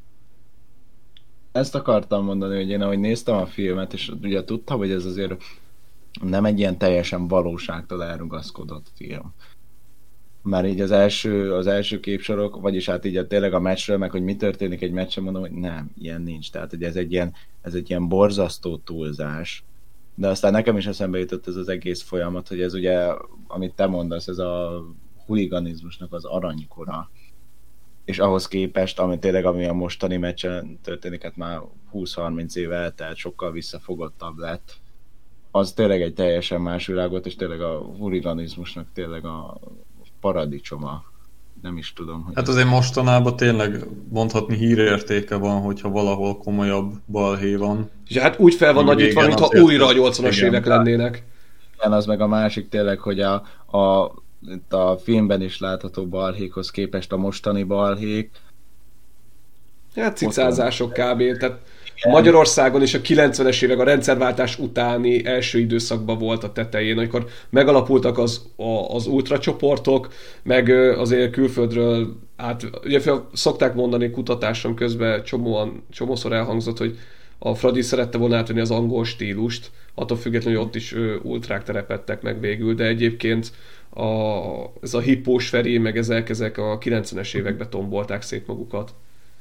Ezt akartam mondani, hogy én ahogy néztem a filmet, és ugye tudtam, hogy ez azért nem egy ilyen teljesen valóságtól elrugaszkodott film. Már így az első képsorok, vagyis hát így tényleg a meccsről, meg hogy mi történik egy meccsen, mondom, hogy nem, ilyen nincs. Tehát, hogy ez egy ilyen borzasztó túlzás. De aztán nekem is eszembe jutott ez az egész folyamat, hogy ez ugye, amit te mondasz, ez a huliganizmusnak az aranykora. És ahhoz képest, ami a mostani meccsen történik, hát már 20-30 éve eltelt, sokkal visszafogottabb lett. Az tényleg egy teljesen más világ volt, és tényleg a huliganizmusnak tényleg a paradicsoma. Nem is tudom, hogy... Hát azért mostanában tényleg mondhatni hírértéke van, hogyha valahol komolyabb balhé van. És hát úgy fel van nagyítva, mintha újra a 80-as évek lennének. Igen, az meg a másik tényleg, hogy itt a filmben is látható balhékhoz képest a mostani balhék. Hát cicázások kb. Tehát Magyarországon is a 90-es évek, a rendszerváltás utáni első időszakban volt a tetején, amikor megalapultak az ultracsoportok, meg azért külföldről ugye szokták mondani kutatásom közben csomószor elhangzott, hogy a Fradi szerette volna átvenni az angol stílust, attól függetlenül, hogy ott is ultrák terepettek meg végül, de egyébként ez a hippós Feri, meg ezek a 90-es években tombolták szét magukat.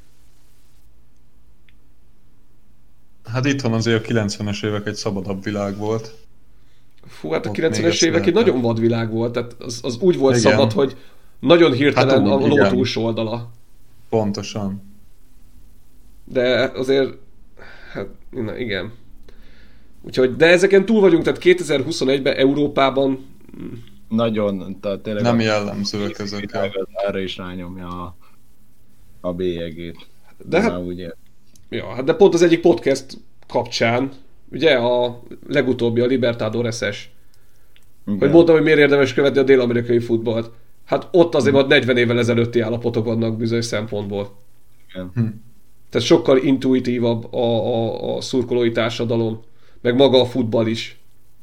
Hát itthon azért a 90-es évek egy szabadabb világ volt. Fú, hát a 90-es évek egy nagyon vad világ volt, tehát az úgy volt igen. Szabad, hogy nagyon hirtelen hát, a ló túlsó oldala. Pontosan. De azért, hát igen. Úgyhogy, de ezeken túl vagyunk, tehát 2021-ben Európában nagyon, tehát tényleg nem jellemzőek ezekkel. Erre is rányomja a bélyegét. De hát, ja, hát de pont az egyik podcast kapcsán, ugye a legutóbbi, a Libertadores-es, hogy mondtam, hogy miért érdemes követni a dél-amerikai futballt. Hát ott azért van 40 évvel ezelőtti állapotok vannak bizonyos szempontból. Tehát sokkal intuitívabb a szurkolói társadalom, meg maga a futball is.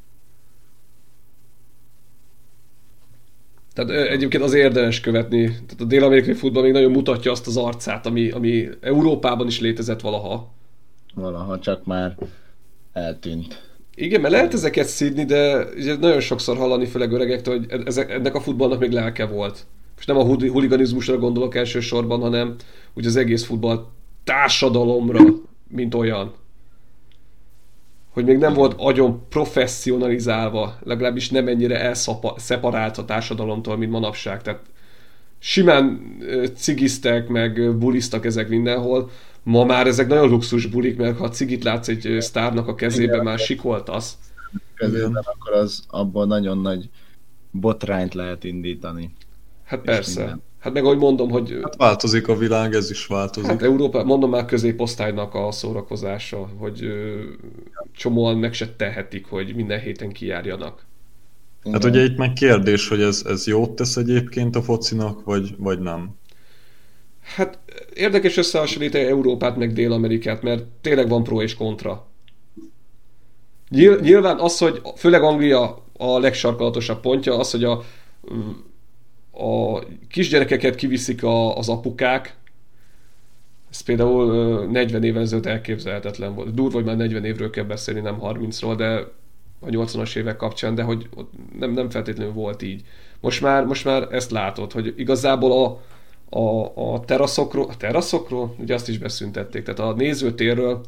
Tehát egyébként az érdemes követni. Tehát a dél-amerikai futball még nagyon mutatja azt az arcát, ami Európában is létezett valaha. Valaha, csak már eltűnt. Igen, mert lehet ezeket szidni, de ugye nagyon sokszor hallani, főleg öregektől, hogy ennek a futballnak még lelke volt. Most nem a huliganizmusra gondolok elsősorban, hanem úgy az egész futball társadalomra, mint olyan. Hogy még nem volt agyon professzionalizálva, legalábbis nem ennyire elszeparált a társadalomtól, mint manapság. Tehát simán cigiztek, meg buliztak ezek mindenhol. Ma már ezek nagyon luxus bulik, mert ha cigit látsz egy sztárnak a kezében, igen, már sikoltasz. Kezében, akkor az abból nagyon nagy botrányt lehet indítani. Hát persze. Hát meg ahogy mondom, hogy... Hát változik a világ, ez is változik. Hát Európa, mondom már középosztálynak a szórakozása, hogy csomóan meg se tehetik, hogy minden héten kijárjanak. Hát ugye itt meg kérdés, hogy ez jót tesz egyébként a focinak, vagy nem? Hát érdekes összehasonlítani Európát meg Dél-Amerikát, mert tényleg van pro és kontra. Nyilván az, hogy főleg Anglia a legsarkalatosabb pontja, az, hogy a kisgyerekeket kiviszik az apukák, ez például 40 évvel ezelőtt elképzelhetetlen volt. Durva, hogy már 40 évről kell beszélni, nem 30-ról, de a 80-as évek kapcsán, de hogy nem feltétlenül volt így. Most már ezt látod, hogy igazából a teraszokról, ugye azt is beszüntették, tehát a nézőtérről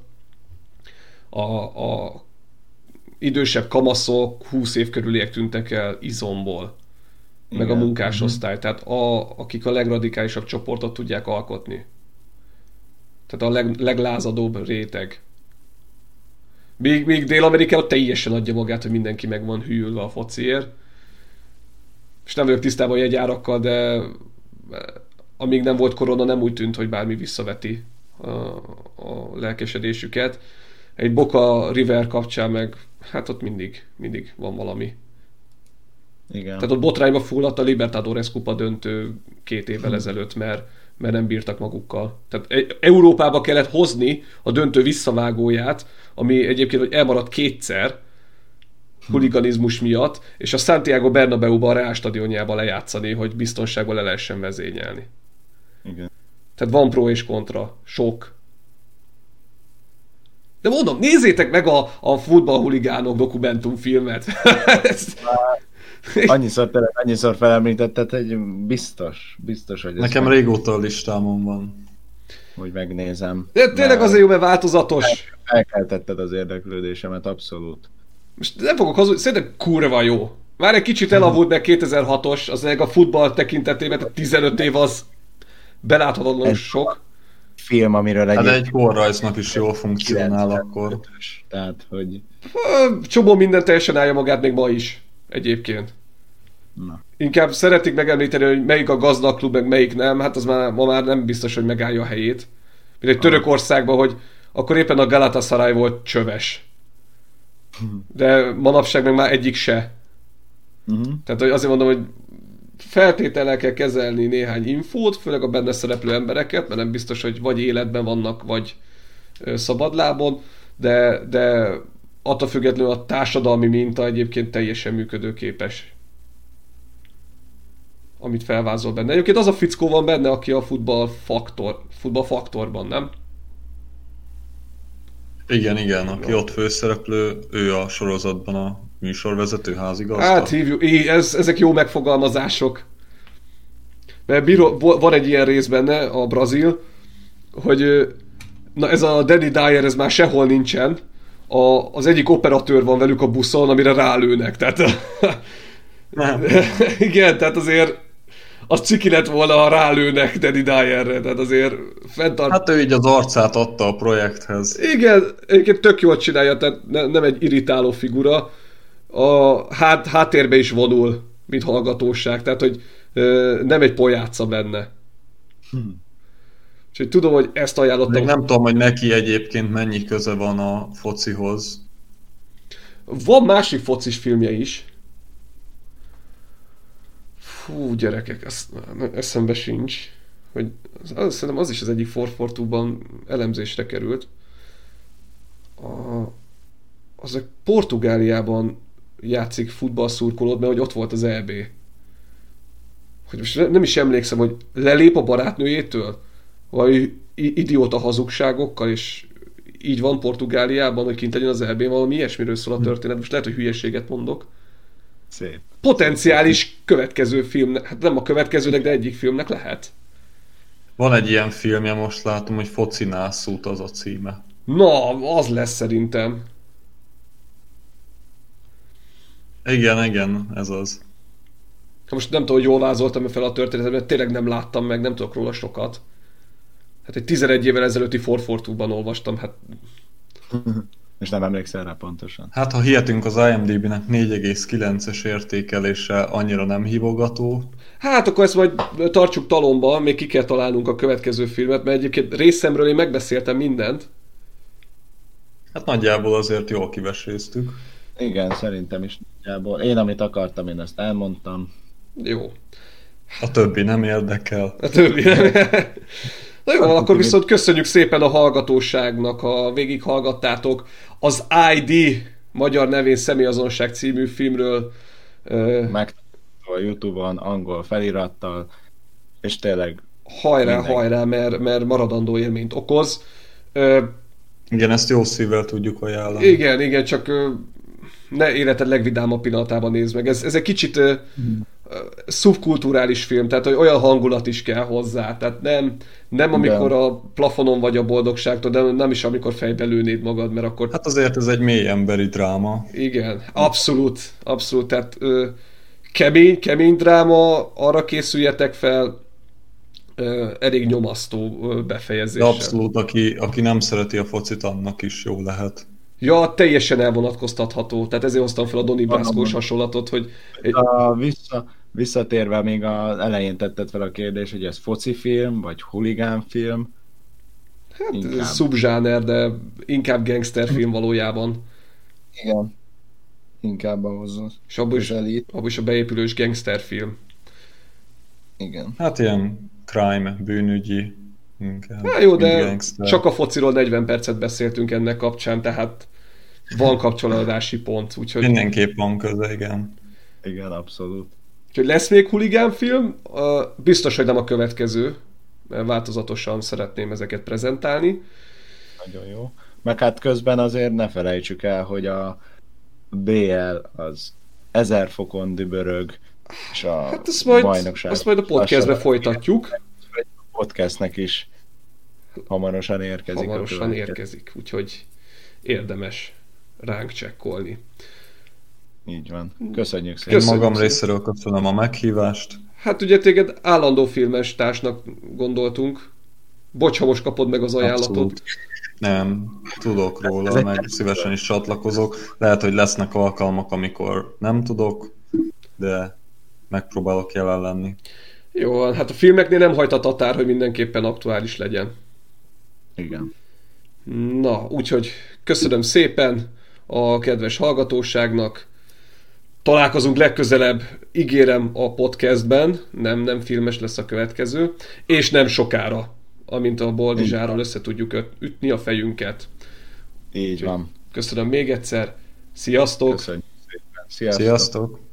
a idősebb kamaszok, 20 év körüliek tűntek el izomból, meg a munkásosztály, tehát akik a legradikálisabb csoportot tudják alkotni. Tehát a leglázadóbb réteg. Még Dél-Amerikában teljesen adja magát, hogy mindenki meg van hűlve a fociért. És nem vagyok tisztában a jegyárakkal, de amíg nem volt korona, nem úgy tűnt, hogy bármi visszaveti a lelkesedésüket. Egy Boca River kapcsán meg, hát ott mindig van valami. Igen. Tehát ott botrányba fulladt a Libertadores kupa döntő 2 évvel ezelőtt, mert nem bírtak magukkal. Tehát Európába kellett hozni a döntő visszavágóját, ami egyébként hogy elmaradt 2-szer huliganizmus miatt, és a Santiago Bernabéuban, a Real stadionjában lejátszani, hogy biztonságban le lehessen vezényelni. Igen. Tehát van pro és kontra. Sok. De mondom, nézzétek meg a futballhuligánok dokumentumfilmet. Annyiszor felemlítetted, hogy biztos, hogy... Nekem régóta a listámon van. Hogy megnézem. De tényleg azért jó, mert változatos. Felkeltetted az érdeklődésemet, abszolút. Most nem fogok hazudni, szerintem kurva jó. Már egy kicsit elavult meg 2006-os, az a futball tekintetében, tehát 15 év az beláthatatlanul sok. Film, amiről egy korrajznak is jól funkcionál akkor. Tehát, hogy... Csomó minden teljesen állja magát még ma is, egyébként. Na. Inkább szeretik megemlíteni, hogy melyik a gazdag klub, meg melyik nem, hát az ma már nem biztos, hogy megállja a helyét. Mint egy Törökországban, hogy akkor éppen a Galatasaray volt csöves. De manapság meg már egyik se. Tehát hogy azért mondom, hogy feltétellel kell kezelni néhány infót, főleg a benne szereplő embereket, mert nem biztos, hogy vagy életben vannak, vagy szabadlábon, de attól függetlenül a társadalmi minta egyébként teljesen működőképes. Amit felvázol benne. Egyébként az a fickó van benne, aki a futballfaktorban, nem? Igen, aki ott főszereplő, ő a sorozatban a műsorvezető, házigazda. Hát hívjuk, ezek jó megfogalmazások. Mert van egy ilyen rész benne, a brazil, hogy na ez a Danny Dyer, ez már sehol nincsen. Az egyik operatőr van velük a buszon, amire rálőnek. Tehát igen, tehát azért az ciki lett volna, ha rálőnek Danny Dyerre, tehát azért fenntart... Hát ő így az arcát adta a projekthez. Igen, egyébként tök jól csinálja, tehát nem egy irritáló figura. A háttérbe is vonul, mint hallgatóság, tehát hogy nem egy pojáca benne. Úgyhogy tudom, hogy ezt ajánlottam. Még nem tudom, hogy neki egyébként mennyi köze van a focihoz. Van másik focis filmje is. Fú, gyerekek, eszembe sincs. Hogy szerintem az is az egyik 442-ban elemzésre került. Az a Portugáliában játszik futballszurkolót, mert hogy ott volt az EB. Hogy most nem is emlékszem, hogy lelép a barátnőjétől, vagy idióta hazugságokkal, és így van Portugáliában, hogy kint legyen az EB-n, valami ilyesmiről szól a történet. Most lehet, hogy hülyeséget mondok. Szép. Potenciális következő filmnek, hát nem a következőnek, de egyik filmnek lehet. Van egy ilyen filmje, most látom, hogy Foci nászút az a címe. Na, az lesz szerintem. Igen, ez az. Most nem tudom, hogy jól vázoltam fel a történetet, mert tényleg nem láttam meg, nem tudok róla sokat. Hát egy 11 évvel ezelőtti 442-ban olvastam, hát... És nem emlékszel rá pontosan. Hát ha hihetünk az IMDb-nek 4,9-es értékelése annyira nem hívogató. Hát akkor ezt majd tartsuk talomba, még ki kell találnunk a következő filmet, mert egyébként részemről én megbeszéltem mindent. Hát nagyjából azért jól kiveséztük. Igen, szerintem is nagyjából. Én amit akartam, én ezt elmondtam. Jó. A többi nem érdekel. A többi nem. Na jó, akkor viszont köszönjük szépen a hallgatóságnak, ha végighallgattátok az ID, magyar nevén Személyazonosság című filmről. Megtalálható a YouTube-on, angol felirattal, és tényleg... Hajrá, mert maradandó élményt okoz. Igen, ezt jó szívvel tudjuk ajánlani. Igen, csak ne életed legvidámabb pillanatában nézd meg. Ez egy kicsit szubkulturális film, tehát hogy olyan hangulat is kell hozzá, tehát nem amikor a plafonon vagy a boldogságtól, de nem is amikor fejbe lőnéd magad, mert akkor... Hát azért ez egy mély emberi dráma. Igen, abszolút, tehát kemény dráma, arra készüljetek fel, elég nyomasztó befejezéssel. De abszolút, aki nem szereti a focit, annak is jó lehet. Ja, teljesen elvonatkoztatható, tehát ezért hoztam fel a Donnie Brasco-s hasonlatot, hogy... Visszatérve még az elején tetted fel a kérdés, hogy ez focifilm, vagy huligánfilm? Hát szubzsáner, de inkább gangsterfilm valójában. Igen. Inkább ahhoz. És abban is a beépülős gangsterfilm. Igen. Hát ilyen crime, bűnügyi. Hát jó, de gangster. Csak a fociról 40 percet beszéltünk ennek kapcsán, tehát van kapcsolódási pont. Úgyhogy... Mindenképp van köze, igen. Igen, abszolút. Úgyhogy lesz még huligánfilm, biztos, hogy nem a következő, mert változatosan szeretném ezeket prezentálni. Nagyon jó. Meg hát közben azért ne felejtsük el, hogy a BL az 1000 fokon dübörög, és a hát bajnokság... Azt majd a podcastbe folytatjuk. A podcastnek is hamarosan érkezik. Úgyhogy érdemes ránk csekkolni. Így van. Köszönjük szépen. Én magam részéről köszönöm a meghívást. Hát ugye téged állandó filmes társnak gondoltunk. Bocs, ha most kapod meg az ajánlatot. Abszolút. Nem, tudok róla, meg szívesen is csatlakozok. Lehet, hogy lesznek alkalmak, amikor nem tudok, de megpróbálok jelen lenni. Jó, hát a filmeknél nem hajt a tatár, hogy mindenképpen aktuális legyen. Igen. Na, úgyhogy köszönöm szépen a kedves hallgatóságnak. Találkozunk legközelebb, ígérem, a podcastben, nem filmes lesz a következő, és nem sokára, amint a Boldizsárral össze tudjuk ütni a fejünket. Így van. Köszönöm még egyszer, sziasztok! Köszönjük szépen. Sziasztok!